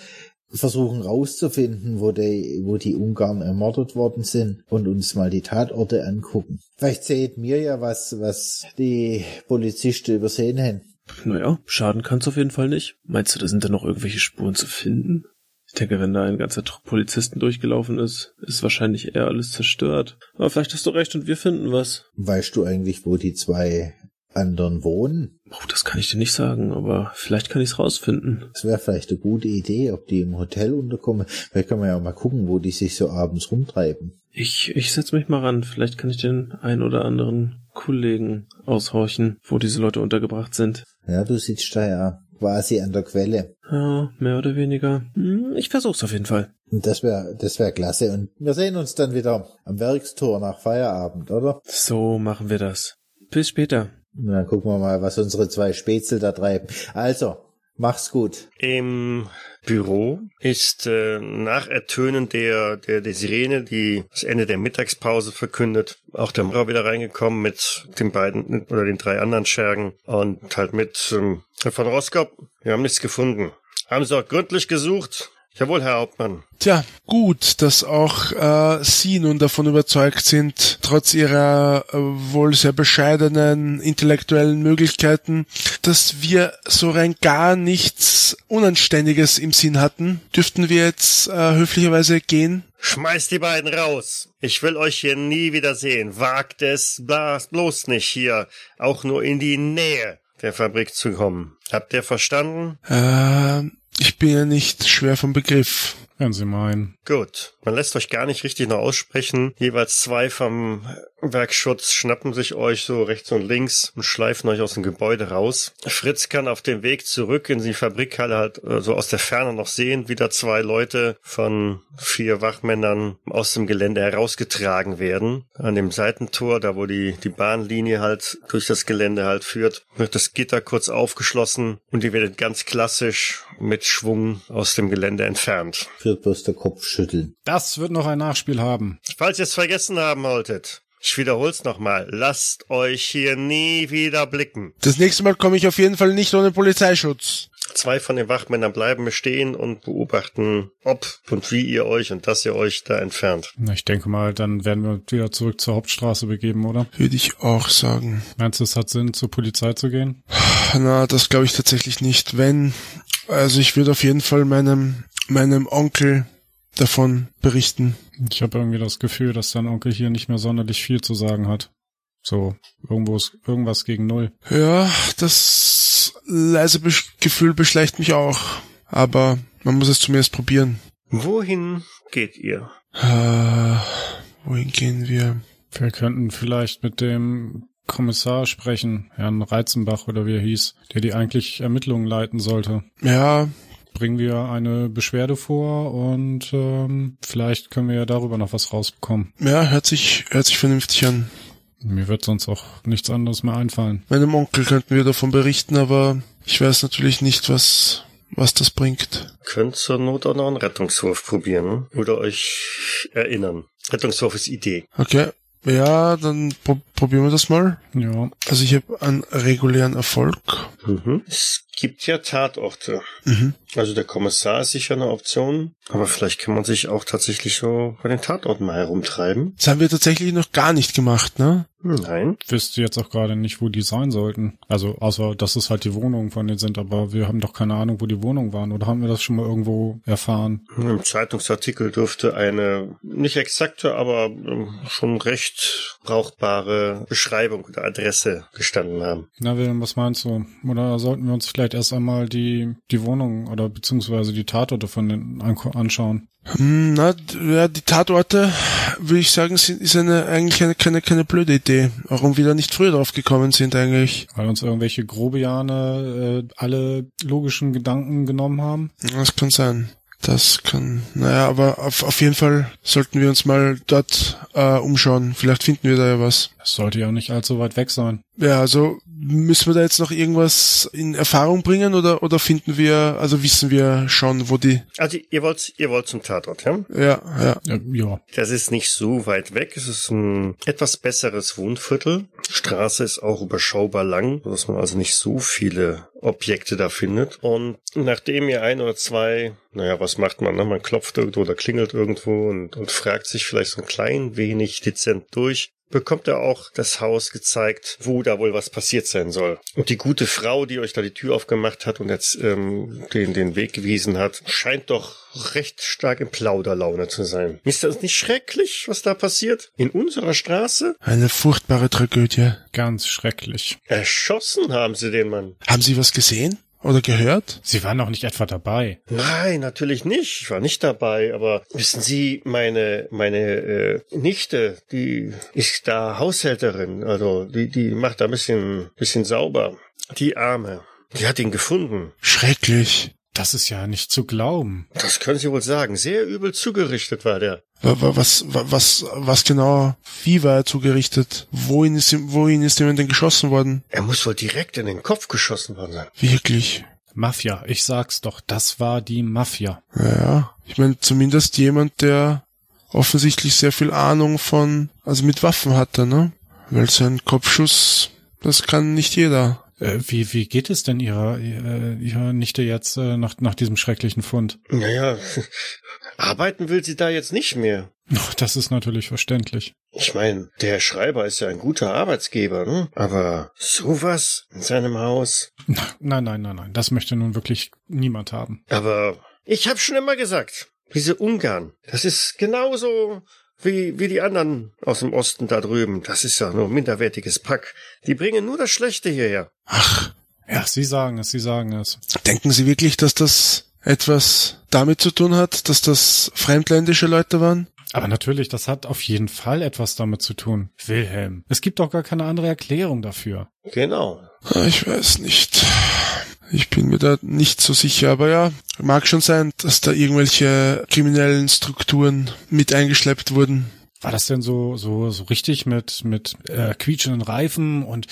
versuchen rauszufinden, wo die Ungarn ermordet worden sind und uns mal die Tatorte angucken. Vielleicht seht mir ja was die Polizisten übersehen haben. Naja, schaden kann's auf jeden Fall nicht. Meinst du, da sind da noch irgendwelche Spuren zu finden? Ich denke, wenn da ein ganzer Trupp Polizisten durchgelaufen ist wahrscheinlich eher alles zerstört. Aber vielleicht hast du recht und wir finden was. Weißt du eigentlich, wo die 2 anderen wohnen? Oh, das kann ich dir nicht sagen, aber vielleicht kann ich's rausfinden. Das wäre vielleicht eine gute Idee, ob die im Hotel unterkommen. Vielleicht kann man ja mal gucken, wo die sich so abends rumtreiben. Ich setz mich mal ran. Vielleicht kann ich den ein oder anderen Kollegen aushorchen, wo diese Leute untergebracht sind. Ja, du sitzt da ja quasi an der Quelle. Ja, mehr oder weniger. Ich versuch's auf jeden Fall. Und das wär klasse. Und wir sehen uns dann wieder am Werkstor nach Feierabend, oder? So machen wir das. Bis später. Und dann gucken wir mal, was unsere 2 Spätzle da treiben. Also, mach's gut. Im Büro ist nach Ertönen der Sirene, die das Ende der Mittagspause verkündet, auch der Maurer wieder reingekommen mit den 3 anderen Schergen und halt mit von Roskop. Wir haben nichts gefunden. Haben Sie auch gründlich gesucht? Jawohl, Herr Hauptmann. Tja, gut, dass auch Sie nun davon überzeugt sind, trotz Ihrer wohl sehr bescheidenen intellektuellen Möglichkeiten, dass wir so rein gar nichts Unanständiges im Sinn hatten. Dürften wir jetzt höflicherweise gehen? Schmeißt die beiden raus. Ich will euch hier nie wieder sehen. Wagt es bloß nicht hier, auch nur in die Nähe der Fabrik zu kommen. Habt ihr verstanden? Ich bin ja nicht schwer vom Begriff. Wenn Sie meinen. Gut. Man lässt euch gar nicht richtig noch aussprechen. Jeweils 2 vom Werkschutz schnappen sich euch so rechts und links und schleifen euch aus dem Gebäude raus. Fritz kann auf dem Weg zurück in die Fabrikhalle halt so aus der Ferne noch sehen, wie da 2 Leute von 4 Wachmännern aus dem Gelände herausgetragen werden. An dem Seitentor, da wo die Bahnlinie halt durch das Gelände halt führt, wird das Gitter kurz aufgeschlossen und ihr werdet ganz klassisch mit Schwung aus dem Gelände entfernt. Wird bloß der Kopf schütteln. Das wird noch ein Nachspiel haben. Falls ihr es vergessen haben wolltet, ich wiederhol's nochmal, lasst euch hier nie wieder blicken. Das nächste Mal komme ich auf jeden Fall nicht ohne Polizeischutz. 2 von den Wachmännern bleiben stehen und beobachten, ob und wie ihr euch und dass ihr euch da entfernt. Ich denke mal, dann werden wir wieder zurück zur Hauptstraße begeben, oder? Würde ich auch sagen. Meinst du, es hat Sinn, zur Polizei zu gehen? Na, das glaube ich tatsächlich nicht. Also ich würde auf jeden Fall meinem Onkel davon berichten. Ich habe irgendwie das Gefühl, dass dein Onkel hier nicht mehr sonderlich viel zu sagen hat. So, irgendwas gegen 0. Ja, das leise Gefühl beschleicht mich auch. Aber man muss es zumindest probieren. Wohin geht ihr? Wohin gehen wir? Wir könnten vielleicht mit dem Kommissar sprechen, Herrn Reizenbach oder wie er hieß, der die eigentlich Ermittlungen leiten sollte. Ja. Bringen wir eine Beschwerde vor und vielleicht können wir ja darüber noch was rausbekommen. Ja, hört sich vernünftig an. Mir wird sonst auch nichts anderes mehr einfallen. Meinem Onkel könnten wir davon berichten, aber ich weiß natürlich nicht, was das bringt. Könnt zur Not auch noch einen Rettungswurf probieren oder euch erinnern. Rettungswurf ist Idee. Okay. Ja, dann probieren wir das mal. Ja. Also ich habe einen regulären Erfolg. Es gibt ja Tatorte. Mhm. Also der Kommissar ist sicher eine Option, aber vielleicht kann man sich auch tatsächlich so bei den Tatorten mal herumtreiben. Das haben wir tatsächlich noch gar nicht gemacht, ne? Nein. Wüsste jetzt auch gerade nicht, wo die sein sollten. Also außer, dass es halt die Wohnungen von denen sind, aber wir haben doch keine Ahnung, wo die Wohnungen waren. Oder haben wir das schon mal irgendwo erfahren? Im Zeitungsartikel dürfte eine nicht exakte, aber schon recht brauchbare Beschreibung oder Adresse gestanden haben. Na Wilhelm, was meinst du? Oder sollten wir uns vielleicht erst einmal die Wohnungen oder beziehungsweise die Tatorte von denen anschauen? Die Tatorte, würde ich sagen, ist eigentlich keine blöde Idee. Warum wir da nicht früher drauf gekommen sind eigentlich. Weil uns irgendwelche Grobiane alle logischen Gedanken genommen haben? Das kann sein. Aber auf jeden Fall sollten wir uns mal dort umschauen. Vielleicht finden wir da ja was. Das sollte ja auch nicht allzu weit weg sein. Ja, also müssen wir da jetzt noch irgendwas in Erfahrung bringen oder wissen wir schon, wo die... Also ihr wollt zum Tatort, ja? Ja. Das ist nicht so weit weg. Es ist ein etwas besseres Wohnviertel. Straße ist auch überschaubar lang, sodass man also nicht so viele Objekte da findet. Und nachdem ihr ein oder zwei, was macht man, ne? Man klopft irgendwo oder klingelt irgendwo und fragt sich vielleicht so ein klein wenig dezent durch, bekommt er auch das Haus gezeigt, wo da wohl was passiert sein soll. Und die gute Frau, die euch da die Tür aufgemacht hat und jetzt den Weg gewiesen hat, scheint doch recht stark in Plauderlaune zu sein. Ist das nicht schrecklich, was da passiert? In unserer Straße? Eine furchtbare Tragödie. Ganz schrecklich. Erschossen haben sie den Mann. Haben Sie was gesehen? Oder gehört? Sie waren doch nicht etwa dabei. Nein, natürlich nicht. Ich war nicht dabei, aber wissen Sie, meine Nichte, die ist da Haushälterin, also die macht da ein bisschen sauber. Die Arme, die hat ihn gefunden. Schrecklich. Das ist ja nicht zu glauben. Das können Sie wohl sagen. Sehr übel zugerichtet war der. Was genau, wie war er zugerichtet? Wohin ist jemand denn geschossen worden? Er muss wohl direkt in den Kopf geschossen worden sein. Wirklich? Mafia, ich sag's doch, das war die Mafia. Ja, ich meine, zumindest jemand, der offensichtlich sehr viel Ahnung mit Waffen hatte, ne? Weil sein Kopfschuss, das kann nicht jeder. Wie geht es denn ihrer Nichte jetzt nach diesem schrecklichen Fund? Naja, arbeiten will sie da jetzt nicht mehr. Das ist natürlich verständlich. Ich meine, der Schreiber ist ja ein guter Arbeitsgeber, ne? Aber sowas in seinem Haus? Nein, das möchte nun wirklich niemand haben. Aber ich habe schon immer gesagt, diese Ungarn, das ist genauso wie die anderen aus dem Osten da drüben. Das ist ja nur minderwertiges Pack. Die bringen nur das Schlechte hierher. Ach. Ja, Sie sagen es. Denken Sie wirklich, dass das etwas damit zu tun hat, dass das fremdländische Leute waren? Aber natürlich, das hat auf jeden Fall etwas damit zu tun. Wilhelm, es gibt doch gar keine andere Erklärung dafür. Genau. Ich weiß nicht. Ich bin mir da nicht so sicher, aber ja, mag schon sein, dass da irgendwelche kriminellen Strukturen mit eingeschleppt wurden. War das denn so richtig mit quietschenden Reifen und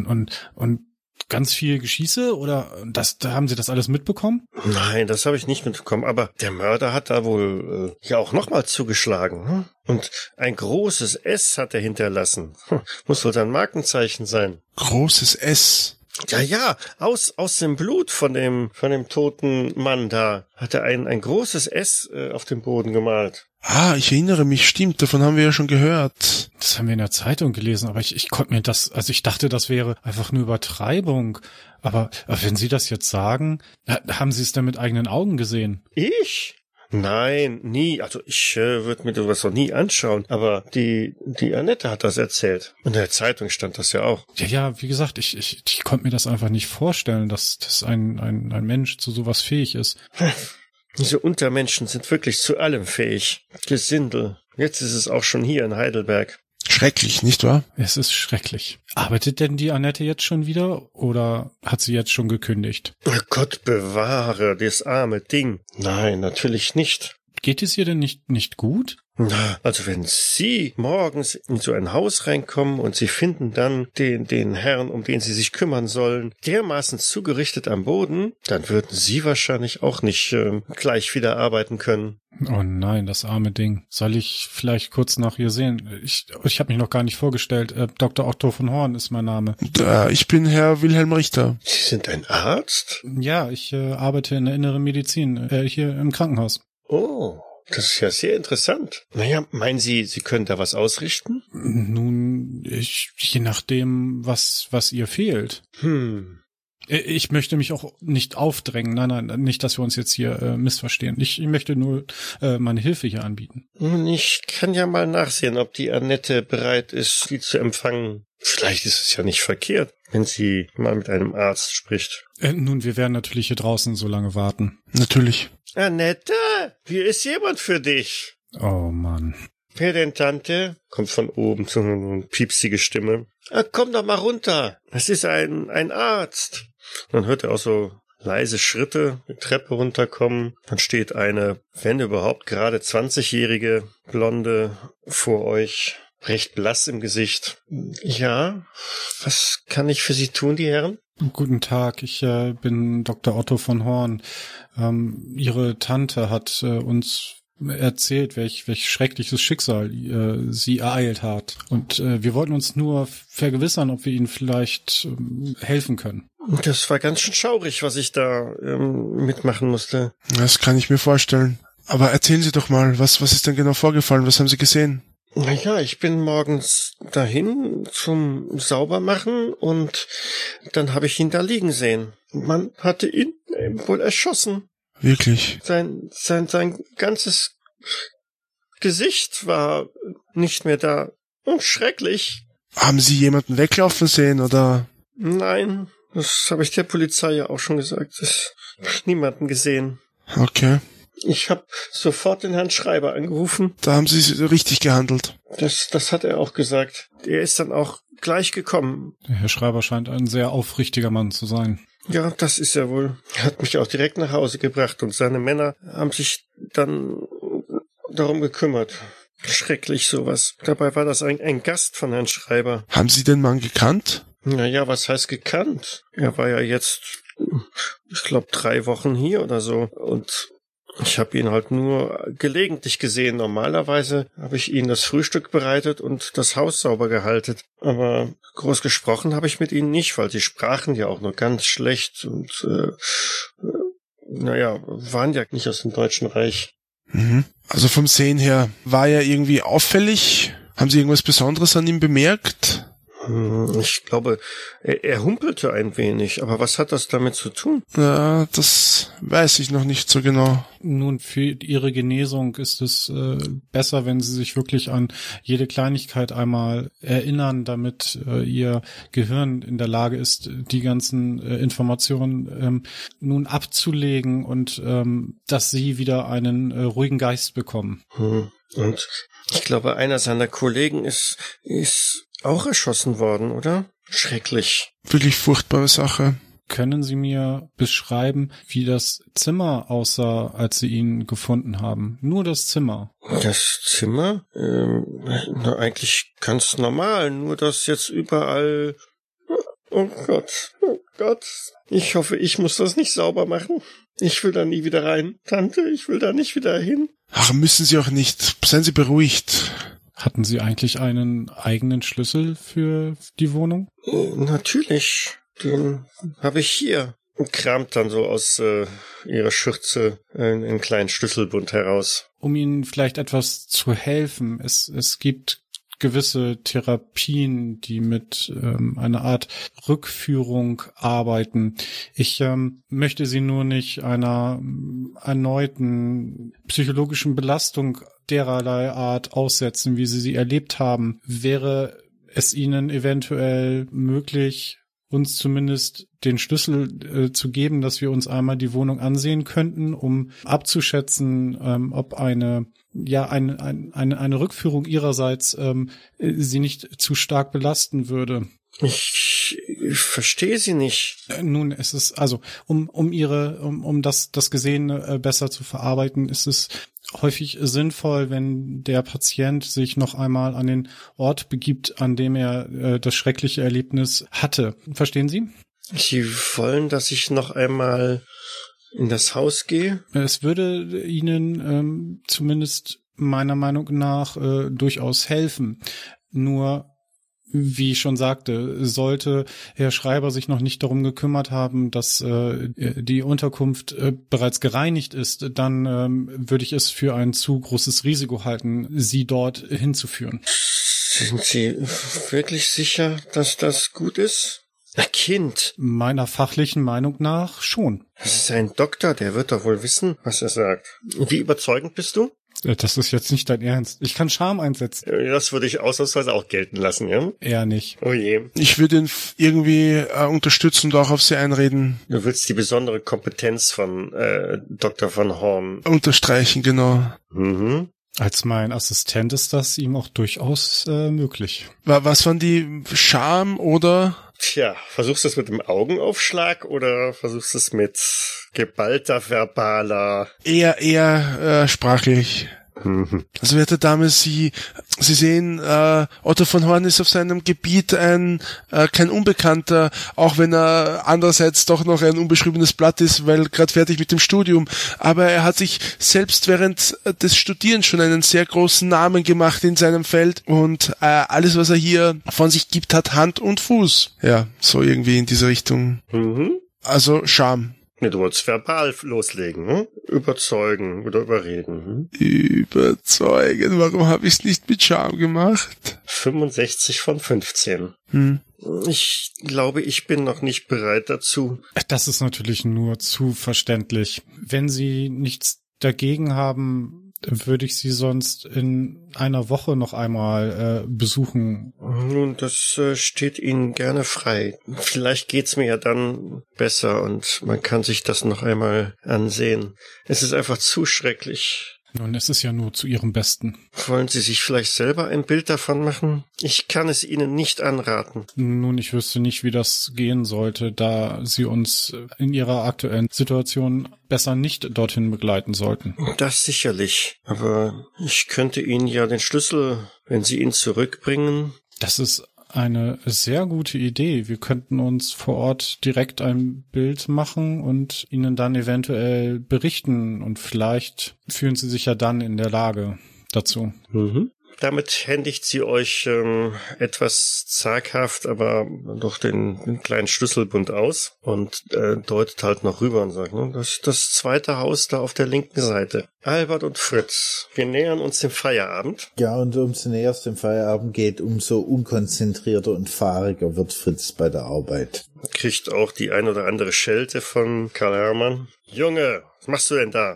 ganz viel Geschieße oder haben Sie das alles mitbekommen? Nein, das habe ich nicht mitbekommen, aber der Mörder hat da wohl ja auch nochmal zugeschlagen. Hm? Und ein großes S hat er hinterlassen. Muss wohl sein Markenzeichen sein. Großes S? Ja, aus dem Blut von dem toten Mann da hat er ein großes S auf dem Boden gemalt. Ah, ich erinnere mich, stimmt, davon haben wir ja schon gehört. Das haben wir in der Zeitung gelesen, aber ich konnte mir ich dachte, das wäre einfach eine Übertreibung. Aber wenn Sie das jetzt sagen, haben Sie es denn mit eigenen Augen gesehen? Ich? Nein, nie. Also ich würde mir sowas noch nie anschauen. Aber die Annette hat das erzählt. Und in der Zeitung stand das ja auch. Ja, wie gesagt, ich konnte mir das einfach nicht vorstellen, dass ein Mensch zu sowas fähig ist. Diese Untermenschen sind wirklich zu allem fähig. Gesindel. Jetzt ist es auch schon hier in Heidelberg. Schrecklich, nicht wahr? Es ist schrecklich. Arbeitet denn die Annette jetzt schon wieder oder hat sie jetzt schon gekündigt? Gott bewahre, das arme Ding. Nein, natürlich nicht. Geht es ihr denn nicht gut? Na, also wenn Sie morgens in so ein Haus reinkommen und Sie finden dann den Herrn, um den Sie sich kümmern sollen, dermaßen zugerichtet am Boden, dann würden Sie wahrscheinlich auch nicht gleich wieder arbeiten können. Oh nein, das arme Ding. Soll ich vielleicht kurz nach ihr sehen? Ich habe mich noch gar nicht vorgestellt. Dr. Otto von Horn ist mein Name. Ich bin Herr Wilhelm Richter. Sie sind ein Arzt? Ja, ich arbeite in der inneren Medizin, hier im Krankenhaus. Oh, das ist ja sehr interessant. Naja, meinen Sie, Sie können da was ausrichten? Nun, je nachdem, was ihr fehlt. Ich möchte mich auch nicht aufdrängen. Nein, nicht, dass wir uns jetzt hier missverstehen. Ich möchte nur meine Hilfe hier anbieten. Ich kann ja mal nachsehen, ob die Annette bereit ist, sie zu empfangen. Vielleicht ist es ja nicht verkehrt, wenn sie mal mit einem Arzt spricht. Nun, wir werden natürlich hier draußen so lange warten. Natürlich. Annette, hier ist jemand für dich. Oh Mann. Wer denn, Tante? Kommt von oben so eine piepsige Stimme. Komm doch mal runter. Es ist ein Arzt. Dann hört er auch so leise Schritte die Treppe runterkommen. Dann steht eine, wenn überhaupt, gerade 20-jährige Blonde vor euch. Recht blass im Gesicht. Ja, was kann ich für Sie tun, die Herren? Guten Tag, ich bin Dr. Otto von Horn. Ihre Tante hat uns erzählt, welch schreckliches Schicksal sie ereilt hat. Und wir wollten uns nur vergewissern, ob wir ihnen vielleicht helfen können. Das war ganz schön schaurig, was ich da mitmachen musste. Das kann ich mir vorstellen. Aber erzählen Sie doch mal, was ist denn genau vorgefallen? Was haben Sie gesehen? Naja, ich bin morgens dahin zum Saubermachen und dann habe ich ihn da liegen sehen. Man hatte ihn wohl erschossen. Wirklich? Sein ganzes Gesicht war nicht mehr da. Oh, schrecklich. Haben Sie jemanden weglaufen sehen, oder? Nein, das habe ich der Polizei ja auch schon gesagt. Das habe ich niemanden gesehen. Okay. Ich habe sofort den Herrn Schreiber angerufen. Da haben Sie richtig gehandelt. Das hat er auch gesagt. Er ist dann auch gleich gekommen. Der Herr Schreiber scheint ein sehr aufrichtiger Mann zu sein. Ja, das ist er wohl. Er hat mich auch direkt nach Hause gebracht und seine Männer haben sich dann darum gekümmert. Schrecklich sowas. Dabei war das ein Gast von Herrn Schreiber. Haben Sie den Mann gekannt? Naja, was heißt gekannt? Er war ja jetzt, ich glaube, 3 Wochen hier oder so. Und ich habe ihn halt nur gelegentlich gesehen. Normalerweise habe ich ihnen das Frühstück bereitet und das Haus sauber gehalten. Aber groß gesprochen habe ich mit ihnen nicht, weil sie sprachen ja auch nur ganz schlecht und waren ja nicht aus dem Deutschen Reich. Mhm. Also vom Sehen her, war er irgendwie auffällig? Haben Sie irgendwas Besonderes an ihm bemerkt? Ich glaube, er humpelte ein wenig, aber was hat das damit zu tun? Ja, das weiß ich noch nicht so genau. Nun, für Ihre Genesung ist es besser, wenn Sie sich wirklich an jede Kleinigkeit einmal erinnern, damit Ihr Gehirn in der Lage ist, die ganzen Informationen nun abzulegen und dass Sie wieder einen ruhigen Geist bekommen. Und ich glaube, einer seiner Kollegen ist auch erschossen worden, oder? Schrecklich. Wirklich furchtbare Sache. Können Sie mir beschreiben, wie das Zimmer aussah, als Sie ihn gefunden haben? Nur das Zimmer. Das Zimmer? Eigentlich ganz normal, nur dass jetzt überall... Oh Gott. Ich hoffe, ich muss das nicht sauber machen. Ich will da nie wieder rein. Tante, ich will da nicht wieder hin. Ach, müssen Sie auch nicht. Seien Sie beruhigt. Hatten Sie eigentlich einen eigenen Schlüssel für die Wohnung? Natürlich. Den habe ich hier. Und kramt dann so aus ihrer Schürze einen kleinen Schlüsselbund heraus. Um Ihnen vielleicht etwas zu helfen, es gibt gewisse Therapien, die mit einer Art Rückführung arbeiten. Ich möchte Sie nur nicht einer erneuten psychologischen Belastung dererlei Art aussetzen, wie Sie sie erlebt haben. Wäre es Ihnen eventuell möglich, uns zumindest den Schlüssel zu geben, dass wir uns einmal die Wohnung ansehen könnten, um abzuschätzen, ob eine Rückführung Ihrerseits Sie nicht zu stark belasten würde? Ich verstehe Sie nicht. Nun, es ist also, um das Gesehene besser zu verarbeiten, ist es häufig sinnvoll, wenn der Patient sich noch einmal an den Ort begibt, an dem er das schreckliche Erlebnis hatte. Verstehen Sie? Sie wollen, dass ich noch einmal in das Haus gehe? Es würde Ihnen zumindest meiner Meinung nach durchaus helfen. Nur, wie ich schon sagte, sollte Herr Schreiber sich noch nicht darum gekümmert haben, dass die Unterkunft bereits gereinigt ist, dann würde ich es für ein zu großes Risiko halten, Sie dort hinzuführen. Sind Sie wirklich sicher, dass das gut ist? Ein Kind. Meiner fachlichen Meinung nach schon. Das ist ein Doktor, der wird doch wohl wissen, was er sagt. Wie überzeugend bist du? Das ist jetzt nicht dein Ernst. Ich kann Charme einsetzen. Das würde ich ausnahmsweise auch gelten lassen, ja? Eher nicht. Oh je. Ich würde ihn irgendwie unterstützen und auch auf Sie einreden. Du willst die besondere Kompetenz von Dr. van Horn unterstreichen, genau. Mhm. Als mein Assistent ist das ihm auch durchaus möglich. Was waren die Charme oder? Tja, versuchst du es mit dem Augenaufschlag oder versuchst du es mit geballter verbaler? Eher sprachlich. Also werte Dame, Sie sehen, Otto von Horn ist auf seinem Gebiet kein Unbekannter, auch wenn er andererseits doch noch ein unbeschriebenes Blatt ist, weil gerade fertig mit dem Studium. Aber er hat sich selbst während des Studierens schon einen sehr großen Namen gemacht in seinem Feld und alles, was er hier von sich gibt, hat Hand und Fuß. Ja, so irgendwie in diese Richtung. Also Charme. Ja, du wolltest verbal loslegen, hm? Überzeugen oder überreden. Überzeugen, warum habe ich es nicht mit Charme gemacht? 65 von 15. Ich glaube, ich bin noch nicht bereit dazu. Das ist natürlich nur zu verständlich. Wenn Sie nichts dagegen haben, würde ich Sie sonst in einer Woche noch einmal besuchen. Nun, das steht Ihnen gerne frei. Vielleicht geht's mir ja dann besser und man kann sich das noch einmal ansehen. Es ist einfach zu schrecklich. Nun, es ist ja nur zu Ihrem Besten. Wollen Sie sich vielleicht selber ein Bild davon machen? Ich kann es Ihnen nicht anraten. Nun, ich wüsste nicht, wie das gehen sollte, da Sie uns in Ihrer aktuellen Situation besser nicht dorthin begleiten sollten. Das sicherlich. Aber ich könnte Ihnen ja den Schlüssel, wenn Sie ihn zurückbringen. Das ist eine sehr gute Idee. Wir könnten uns vor Ort direkt ein Bild machen und Ihnen dann eventuell berichten und vielleicht fühlen Sie sich ja dann in der Lage dazu. Damit händigt sie euch etwas zaghaft, aber doch den kleinen Schlüsselbund aus und deutet halt noch rüber und sagt, ne, das ist das zweite Haus da auf der linken Seite. Albert und Fritz, wir nähern uns dem Feierabend. Ja, und umso näher es dem Feierabend geht, umso unkonzentrierter und fahriger wird Fritz bei der Arbeit. Kriegt auch die ein oder andere Schelte von Karl Hermann. Junge, was machst du denn da?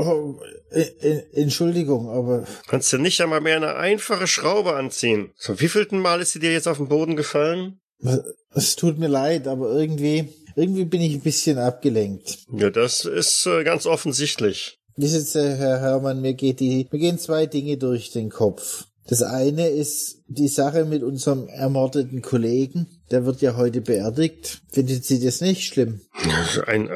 Entschuldigung, aber... Kannst du nicht einmal mehr eine einfache Schraube anziehen? Zum wievielten Mal ist sie dir jetzt auf den Boden gefallen? Es tut mir leid, aber irgendwie bin ich ein bisschen abgelenkt. Ja, das ist ganz offensichtlich. Wissen Sie, Herr Hermann, mir gehen zwei Dinge durch den Kopf. Das eine ist die Sache mit unserem ermordeten Kollegen. Der wird ja heute beerdigt. Finden Sie das nicht schlimm? Ein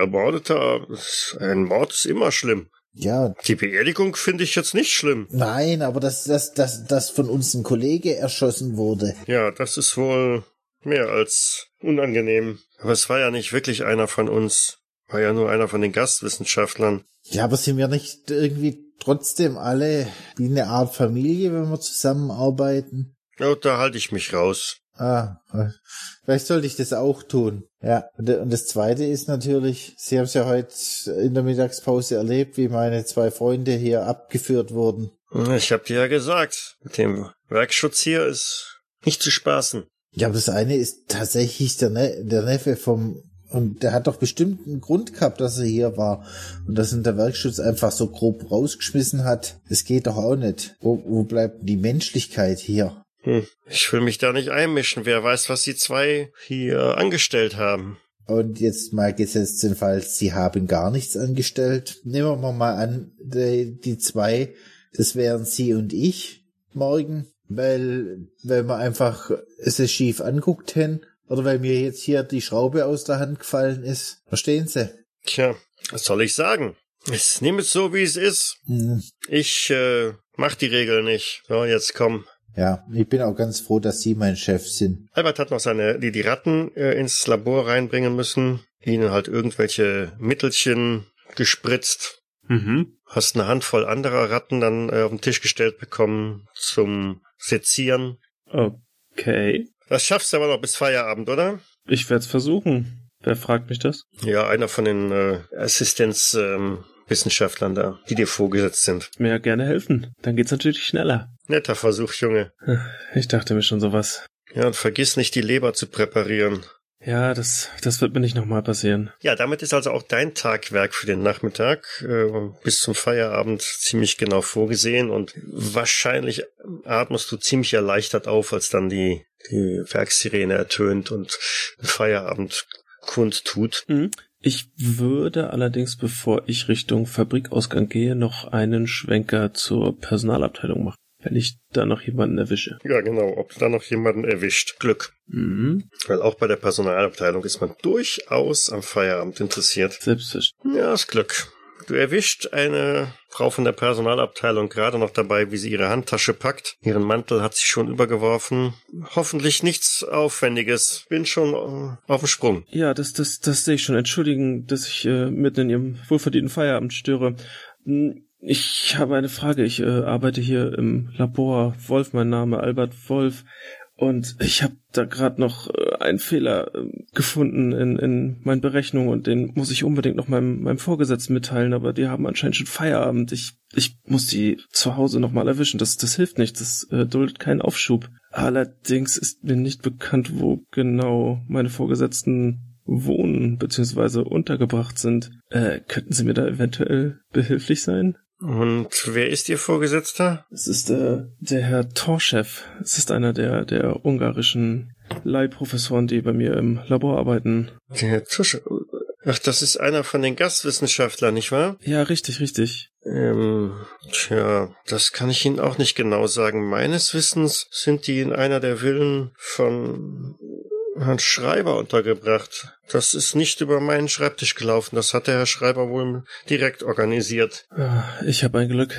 Mord ist immer schlimm. Ja. Die Beerdigung finde ich jetzt nicht schlimm. Nein, aber dass von uns ein Kollege erschossen wurde. Ja, das ist wohl mehr als unangenehm. Aber es war ja nicht wirklich einer von uns. War ja nur einer von den Gastwissenschaftlern. Ja, aber sind wir nicht irgendwie trotzdem alle wie eine Art Familie, wenn wir zusammenarbeiten? Ja, da halte ich mich raus. Vielleicht sollte ich das auch tun. Ja, und das Zweite ist natürlich, Sie haben es ja heute in der Mittagspause erlebt, wie meine zwei Freunde hier abgeführt wurden. Ich hab dir ja gesagt, mit dem Werkschutz hier ist nicht zu spaßen. Ja, aber das eine ist tatsächlich der Neffe und der hat doch bestimmt einen Grund gehabt, dass er hier war. Und dass ihn der Werkschutz einfach so grob rausgeschmissen hat. Das geht doch auch nicht. Wo bleibt die Menschlichkeit hier? Ich will mich da nicht einmischen. Wer weiß, was die zwei hier angestellt haben. Und jetzt mal gesetzt den Fall, sie haben gar nichts angestellt. Nehmen wir mal an, die zwei, das wären Sie und ich morgen. Weil wir einfach es schief anguckt haben. Oder weil mir jetzt hier die Schraube aus der Hand gefallen ist. Verstehen Sie? Tja, was soll ich sagen? Nimm es so, wie es ist. Ich mach die Regel nicht. So, jetzt komm. Ja, ich bin auch ganz froh, dass Sie mein Chef sind. Albert hat noch die Ratten ins Labor reinbringen müssen. Ihnen halt irgendwelche Mittelchen gespritzt. Hast eine Handvoll anderer Ratten dann auf den Tisch gestellt bekommen zum Sezieren. Okay. Das schaffst du aber noch bis Feierabend, oder? Ich werde es versuchen. Wer fragt mich das? Ja, einer von den Assistenzwissenschaftlern da, die dir vorgesetzt sind. Mir gerne helfen. Dann geht's natürlich schneller. Netter Versuch, Junge. Ich dachte mir schon sowas. Ja, und vergiss nicht, die Leber zu präparieren. Ja, das wird mir nicht nochmal passieren. Ja, damit ist also auch dein Tagwerk für den Nachmittag bis zum Feierabend ziemlich genau vorgesehen und wahrscheinlich atmest du ziemlich erleichtert auf, als dann die Werkssirene ertönt und Feierabend kundtut. Ich würde allerdings, bevor ich Richtung Fabrikausgang gehe, noch einen Schwenker zur Personalabteilung machen. Wenn ich da noch jemanden erwische. Ja, genau, ob du da noch jemanden erwischt. Glück. Weil auch bei der Personalabteilung ist man durchaus am Feierabend interessiert. Selbstverständlich. Ja, ist Glück. Du erwischt eine Frau von der Personalabteilung gerade noch dabei, wie sie ihre Handtasche packt. Ihren Mantel hat sie schon übergeworfen. Hoffentlich nichts Aufwendiges. Bin schon auf dem Sprung. Ja, das sehe ich schon. Entschuldigen, dass ich mitten in Ihrem wohlverdienten Feierabend störe. Ich habe eine Frage. Ich arbeite hier im Labor. Wolf, mein Name, Albert Wolf. Und ich habe da gerade noch einen Fehler gefunden in meinen Berechnungen und den muss ich unbedingt noch meinem Vorgesetzten mitteilen, aber die haben anscheinend schon Feierabend. Ich muss die zu Hause nochmal erwischen. Das hilft nicht. Das duldet keinen Aufschub. Allerdings ist mir nicht bekannt, wo genau meine Vorgesetzten wohnen bzw. untergebracht sind. Könnten Sie mir da eventuell behilflich sein? Und wer ist Ihr Vorgesetzter? Es ist der Herr Torschew. Es ist einer der ungarischen Leihprofessoren, die bei mir im Labor arbeiten. Der Herr Torschew. Ach, das ist einer von den Gastwissenschaftlern, nicht wahr? Ja, richtig. Das kann ich Ihnen auch nicht genau sagen. Meines Wissens sind die in einer der Villen von Herrn Schreiber untergebracht. Das ist nicht über meinen Schreibtisch gelaufen. Das hat der Herr Schreiber wohl direkt organisiert. Ich habe ein Glück.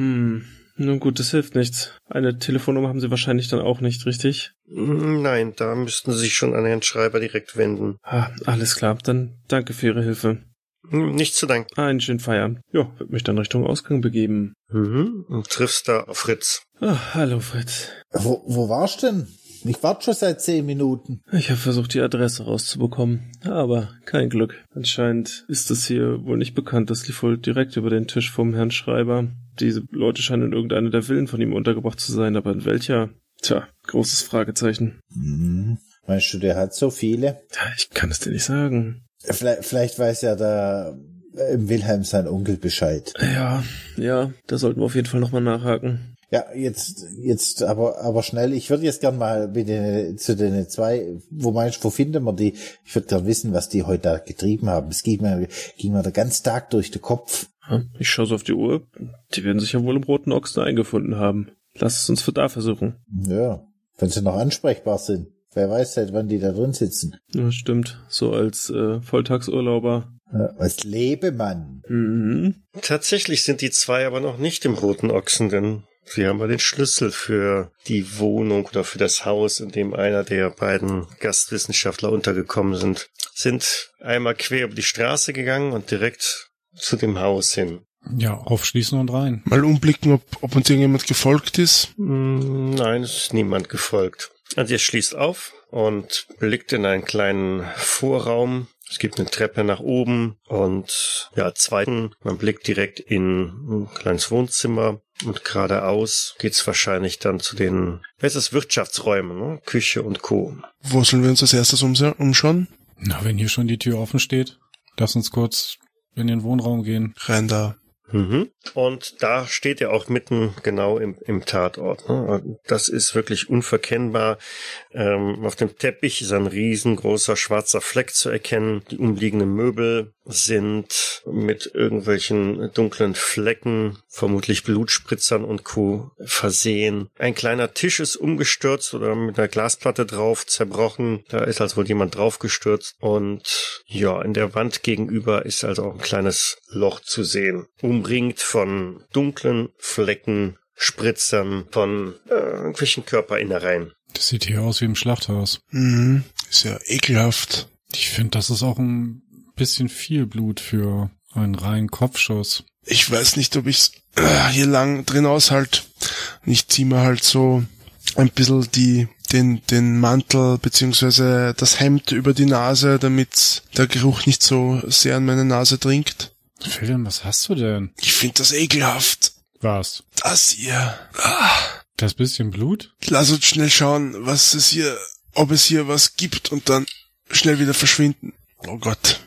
Nun gut, das hilft nichts. Eine Telefonnummer haben Sie wahrscheinlich dann auch nicht, richtig? Nein, da müssten Sie sich schon an Herrn Schreiber direkt wenden. Alles klar. Dann danke für Ihre Hilfe. Nicht zu danken. Einen schönen Feierabend. Ja, würde mich dann Richtung Ausgang begeben. Und triffst da auf Fritz. Hallo Fritz. Wo warst denn? Ich warte schon seit 10 Minuten. Ich habe versucht, die Adresse rauszubekommen, aber kein Glück. Anscheinend ist es hier wohl nicht bekannt. Das lief wohl direkt über den Tisch vom Herrn Schreiber. Diese Leute scheinen in irgendeiner der Villen von ihm untergebracht zu sein, aber in welcher? Tja, großes Fragezeichen. Meinst du, der hat so viele? Ich kann es dir nicht sagen. Vielleicht weiß ja da im Wilhelm sein Onkel Bescheid. Ja, da sollten wir auf jeden Fall nochmal nachhaken. Ja, jetzt aber schnell. Ich würde jetzt gern mal zu den 2, wo finden wir die? Ich würde gern wissen, was die heute da getrieben haben. Es ging mir der ganze Tag durch den Kopf. Ich schaue so auf die Uhr. Die werden sich ja wohl im Roten Ochsen eingefunden haben. Lass es uns für da versuchen. Ja, wenn sie noch ansprechbar sind. Wer weiß seit wann die da drin sitzen. Ja, stimmt. So als Volltagsurlauber. Als Lebemann. Tatsächlich sind die 2 aber noch nicht im Roten Ochsen, denn sie haben mal den Schlüssel für die Wohnung oder für das Haus, in dem einer der beiden Gastwissenschaftler untergekommen sind einmal quer über die Straße gegangen und direkt zu dem Haus hin. Ja, aufschließen und rein. Mal umblicken, ob uns irgendjemand gefolgt ist. Nein, es ist niemand gefolgt. Also ihr schließt auf und blickt in einen kleinen Vorraum. Es gibt eine Treppe nach oben und man blickt direkt in ein kleines Wohnzimmer und geradeaus geht's wahrscheinlich dann zu den Wirtschaftsräumen, ne? Küche und Co. Wo sollen wir uns als erstes umschauen? Na, wenn hier schon die Tür offen steht, lass uns kurz in den Wohnraum gehen. Rein da. Und da steht er auch mitten genau im Tatort. Ne? Das ist wirklich unverkennbar. Auf dem Teppich ist ein riesengroßer schwarzer Fleck zu erkennen. Die umliegenden Möbel sind mit irgendwelchen dunklen Flecken, vermutlich Blutspritzern und Co. versehen. Ein kleiner Tisch ist umgestürzt oder mit einer Glasplatte drauf zerbrochen. Da ist also wohl jemand draufgestürzt. Und ja, in der Wand gegenüber ist also auch ein kleines Loch zu sehen. Umringt von dunklen Flecken, Spritzern, von irgendwelchen Körperinnereien. Das sieht hier aus wie im Schlachthaus. Ist ja ekelhaft. Ich finde, das ist auch ein bisschen viel Blut für einen reinen Kopfschuss. Ich weiß nicht, ob ich's hier lang drin aushalte. Ich ziehe mir halt so ein bisschen den Mantel beziehungsweise das Hemd über die Nase, damit der Geruch nicht so sehr an meine Nase dringt. Philipp, was hast du denn? Ich finde das ekelhaft. Was? Das hier. Das bisschen Blut? Lass uns schnell schauen, ob es hier was gibt und dann schnell wieder verschwinden. Oh Gott.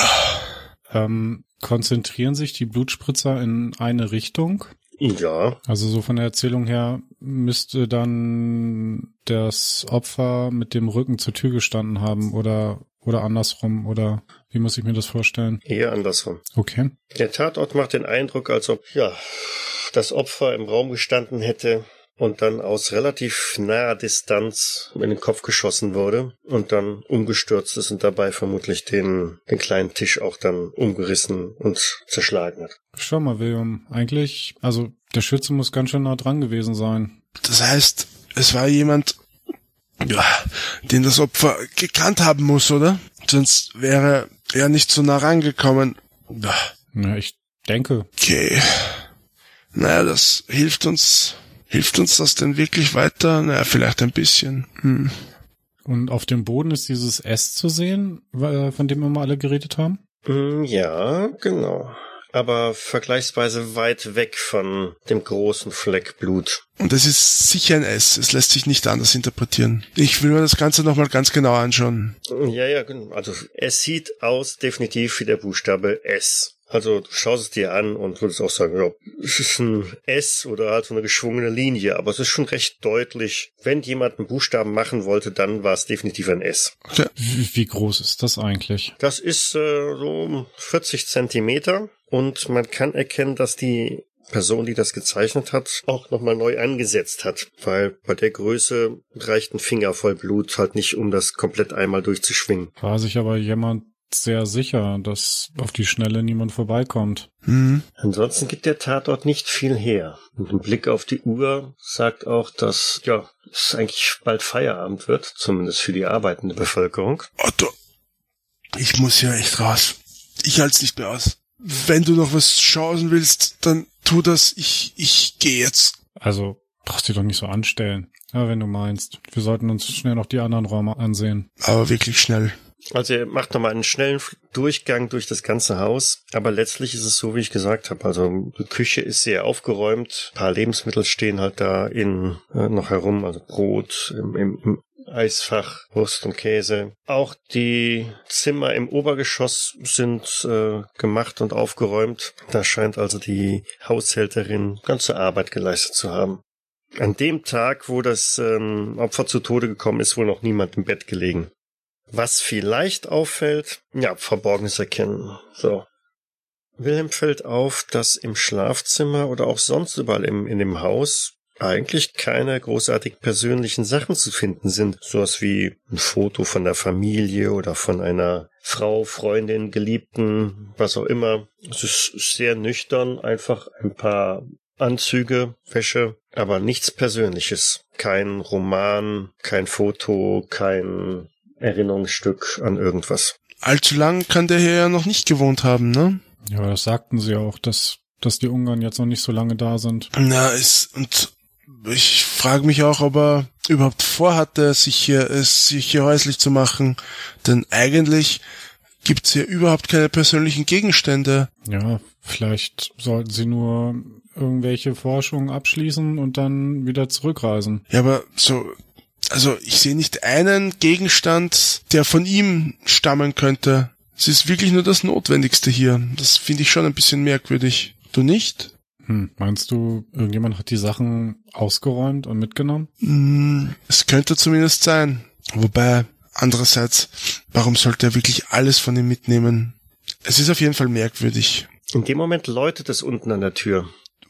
Konzentrieren sich die Blutspritzer in eine Richtung? Ja. Also so von der Erzählung her müsste dann das Opfer mit dem Rücken zur Tür gestanden haben oder andersrum, oder wie muss ich mir das vorstellen? Eher andersrum. Okay. Der Tatort macht den Eindruck, als ob das Opfer im Raum gestanden hätte und dann aus relativ naher Distanz in den Kopf geschossen wurde und dann umgestürzt ist und dabei vermutlich den kleinen Tisch auch dann umgerissen und zerschlagen hat. Schau mal, William, eigentlich, also der Schütze muss ganz schön nah dran gewesen sein. Das heißt, es war jemand, ja, den das Opfer gekannt haben muss, oder? Sonst wäre er nicht so nah rangekommen. Ja, ich denke. Okay. Naja, das hilft uns das denn wirklich weiter? Naja, vielleicht ein bisschen. Und auf dem Boden ist dieses S zu sehen, von dem wir mal alle geredet haben? Ja, genau. Aber vergleichsweise weit weg von dem großen Fleck Blut. Und es ist sicher ein S. Es lässt sich nicht anders interpretieren. Ich will mir das Ganze nochmal ganz genau anschauen. Ja, genau. Also es sieht aus definitiv wie der Buchstabe S. Also du schaust es dir an und würdest auch sagen, ja, es ist ein S oder halt so eine geschwungene Linie, aber es ist schon recht deutlich. Wenn jemand einen Buchstaben machen wollte, dann war es definitiv ein S. Okay. Wie groß ist das eigentlich? Das ist so 40 Zentimeter und man kann erkennen, dass die Person, die das gezeichnet hat, auch nochmal neu angesetzt hat, weil bei der Größe reicht ein Finger voll Blut halt nicht, um das komplett einmal durchzuschwingen. War sich aber jemand sehr sicher, dass auf die Schnelle niemand vorbeikommt. Ansonsten gibt der Tatort nicht viel her. Und ein Blick auf die Uhr sagt auch, dass es eigentlich bald Feierabend wird, zumindest für die arbeitende Bevölkerung. Otto, ich muss hier echt raus. Ich halte es nicht mehr aus. Wenn du noch was schauen willst, dann tu das. Ich gehe jetzt. Also, brauchst dich doch nicht so anstellen. Ja, wenn du meinst. Wir sollten uns schnell noch die anderen Räume ansehen. Aber wirklich schnell. Also ihr macht nochmal einen schnellen Durchgang durch das ganze Haus, aber letztlich ist es so, wie ich gesagt habe. Also die Küche ist sehr aufgeräumt, ein paar Lebensmittel stehen halt da noch herum, also Brot im Eisfach, Wurst und Käse. Auch die Zimmer im Obergeschoss sind gemacht und aufgeräumt. Da scheint also die Haushälterin ganze Arbeit geleistet zu haben. An dem Tag, wo das Opfer zu Tode gekommen ist, wohl noch niemand im Bett gelegen. Was vielleicht auffällt, Verborgenes erkennen. So. Wilhelm fällt auf, dass im Schlafzimmer oder auch sonst überall in dem Haus eigentlich keine großartig persönlichen Sachen zu finden sind. Sowas wie ein Foto von der Familie oder von einer Frau, Freundin, Geliebten, was auch immer. Es ist sehr nüchtern, einfach ein paar Anzüge, Wäsche, aber nichts Persönliches. Kein Roman, kein Foto, kein Erinnerungsstück an irgendwas. Allzu lang kann der hier ja noch nicht gewohnt haben, ne? Ja, das sagten sie auch, dass die Ungarn jetzt noch nicht so lange da sind. Und ich frage mich auch, ob er überhaupt vorhatte, sich hier häuslich zu machen. Denn eigentlich gibt's hier überhaupt keine persönlichen Gegenstände. Ja, vielleicht sollten sie nur irgendwelche Forschungen abschließen und dann wieder zurückreisen. Ja, aber also ich sehe nicht einen Gegenstand, der von ihm stammen könnte. Es ist wirklich nur das Notwendigste hier. Das finde ich schon ein bisschen merkwürdig. Du nicht? Meinst du, irgendjemand hat die Sachen ausgeräumt und mitgenommen? Es könnte zumindest sein. Wobei, andererseits, warum sollte er wirklich alles von ihm mitnehmen? Es ist auf jeden Fall merkwürdig. In dem Moment läutet es unten an der Tür.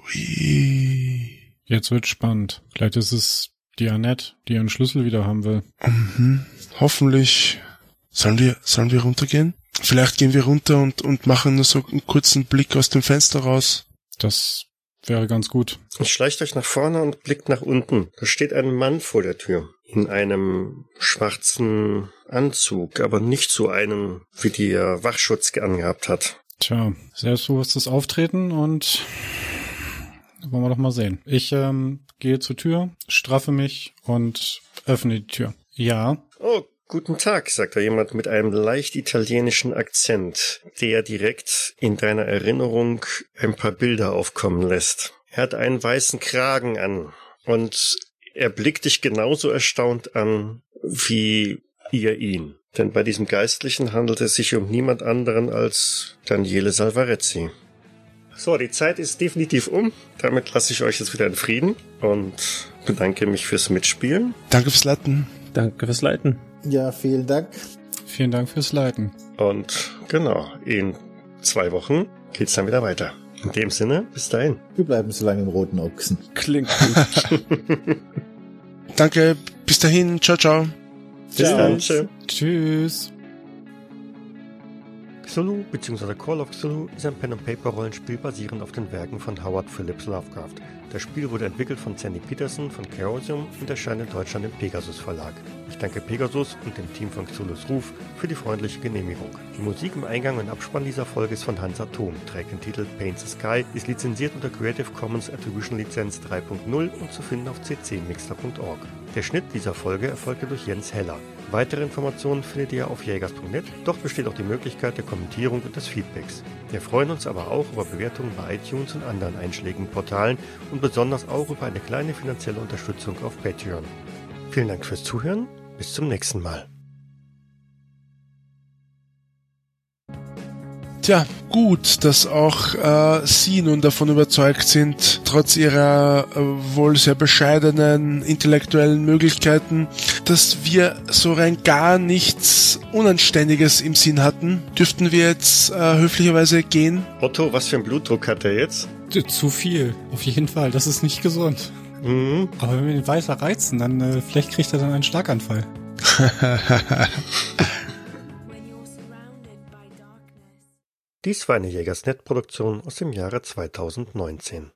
Ui. Jetzt wird's spannend. Vielleicht ist es die Annette, die ihren Schlüssel wieder haben will. Hoffentlich. Sollen wir runtergehen? Vielleicht gehen wir runter und machen nur so einen kurzen Blick aus dem Fenster raus. Das wäre ganz gut. Schleicht euch nach vorne und blickt nach unten. Da steht ein Mann vor der Tür. In einem schwarzen Anzug, aber nicht so einen, wie die er Wachschutz angehabt hat. Tja, selbstbewusstes Auftreten und wollen wir doch mal sehen. Ich gehe zur Tür, straffe mich und öffne die Tür. Ja. Oh, guten Tag, sagt da jemand mit einem leicht italienischen Akzent, der direkt in deiner Erinnerung ein paar Bilder aufkommen lässt. Er hat einen weißen Kragen an und er blickt dich genauso erstaunt an wie ihr ihn. Denn bei diesem Geistlichen handelt es sich um niemand anderen als Daniele Salvarezzi. So, die Zeit ist definitiv um. Damit lasse ich euch jetzt wieder in Frieden und bedanke mich fürs Mitspielen. Danke fürs Leiten. Danke fürs Leiten. Ja, vielen Dank. Vielen Dank fürs Leiten. Und genau, in 2 Wochen geht's dann wieder weiter. In dem Sinne, bis dahin. Wir bleiben so lange im roten Ochsen. Klingt gut. Danke, bis dahin, ciao, ciao. Bis dann, tschö. Tschüss. Cthulhu bzw. Call of Cthulhu ist ein Pen-and-Paper-Rollenspiel basierend auf den Werken von Howard Phillips Lovecraft. Das Spiel wurde entwickelt von Sandy Peterson von Chaosium und erscheint in Deutschland im Pegasus Verlag. Ich danke Pegasus und dem Team von Cthulhus Ruf für die freundliche Genehmigung. Die Musik im Eingang und Abspann dieser Folge ist von Hans Atom, trägt den Titel Paint the Sky, ist lizenziert unter Creative Commons Attribution Lizenz 3.0 und zu finden auf ccmixter.org. Der Schnitt dieser Folge erfolgte durch Jens Heller. Weitere Informationen findet ihr auf jägers.net, dort besteht auch die Möglichkeit der Kommentierung und des Feedbacks. Wir freuen uns aber auch über Bewertungen bei iTunes und anderen einschlägigen Portalen und besonders auch über eine kleine finanzielle Unterstützung auf Patreon. Vielen Dank fürs Zuhören, bis zum nächsten Mal. Tja, gut, dass auch Sie nun davon überzeugt sind, trotz Ihrer wohl sehr bescheidenen intellektuellen Möglichkeiten, dass wir so rein gar nichts Unanständiges im Sinn hatten. Dürften wir jetzt höflicherweise gehen? Otto, was für einen Blutdruck hat er jetzt? Zu viel. Auf jeden Fall. Das ist nicht gesund. Mhm. Aber wenn wir ihn weiter reizen, dann vielleicht kriegt er dann einen Schlaganfall. Dies war eine Jägersnet-Produktion aus dem Jahre 2019.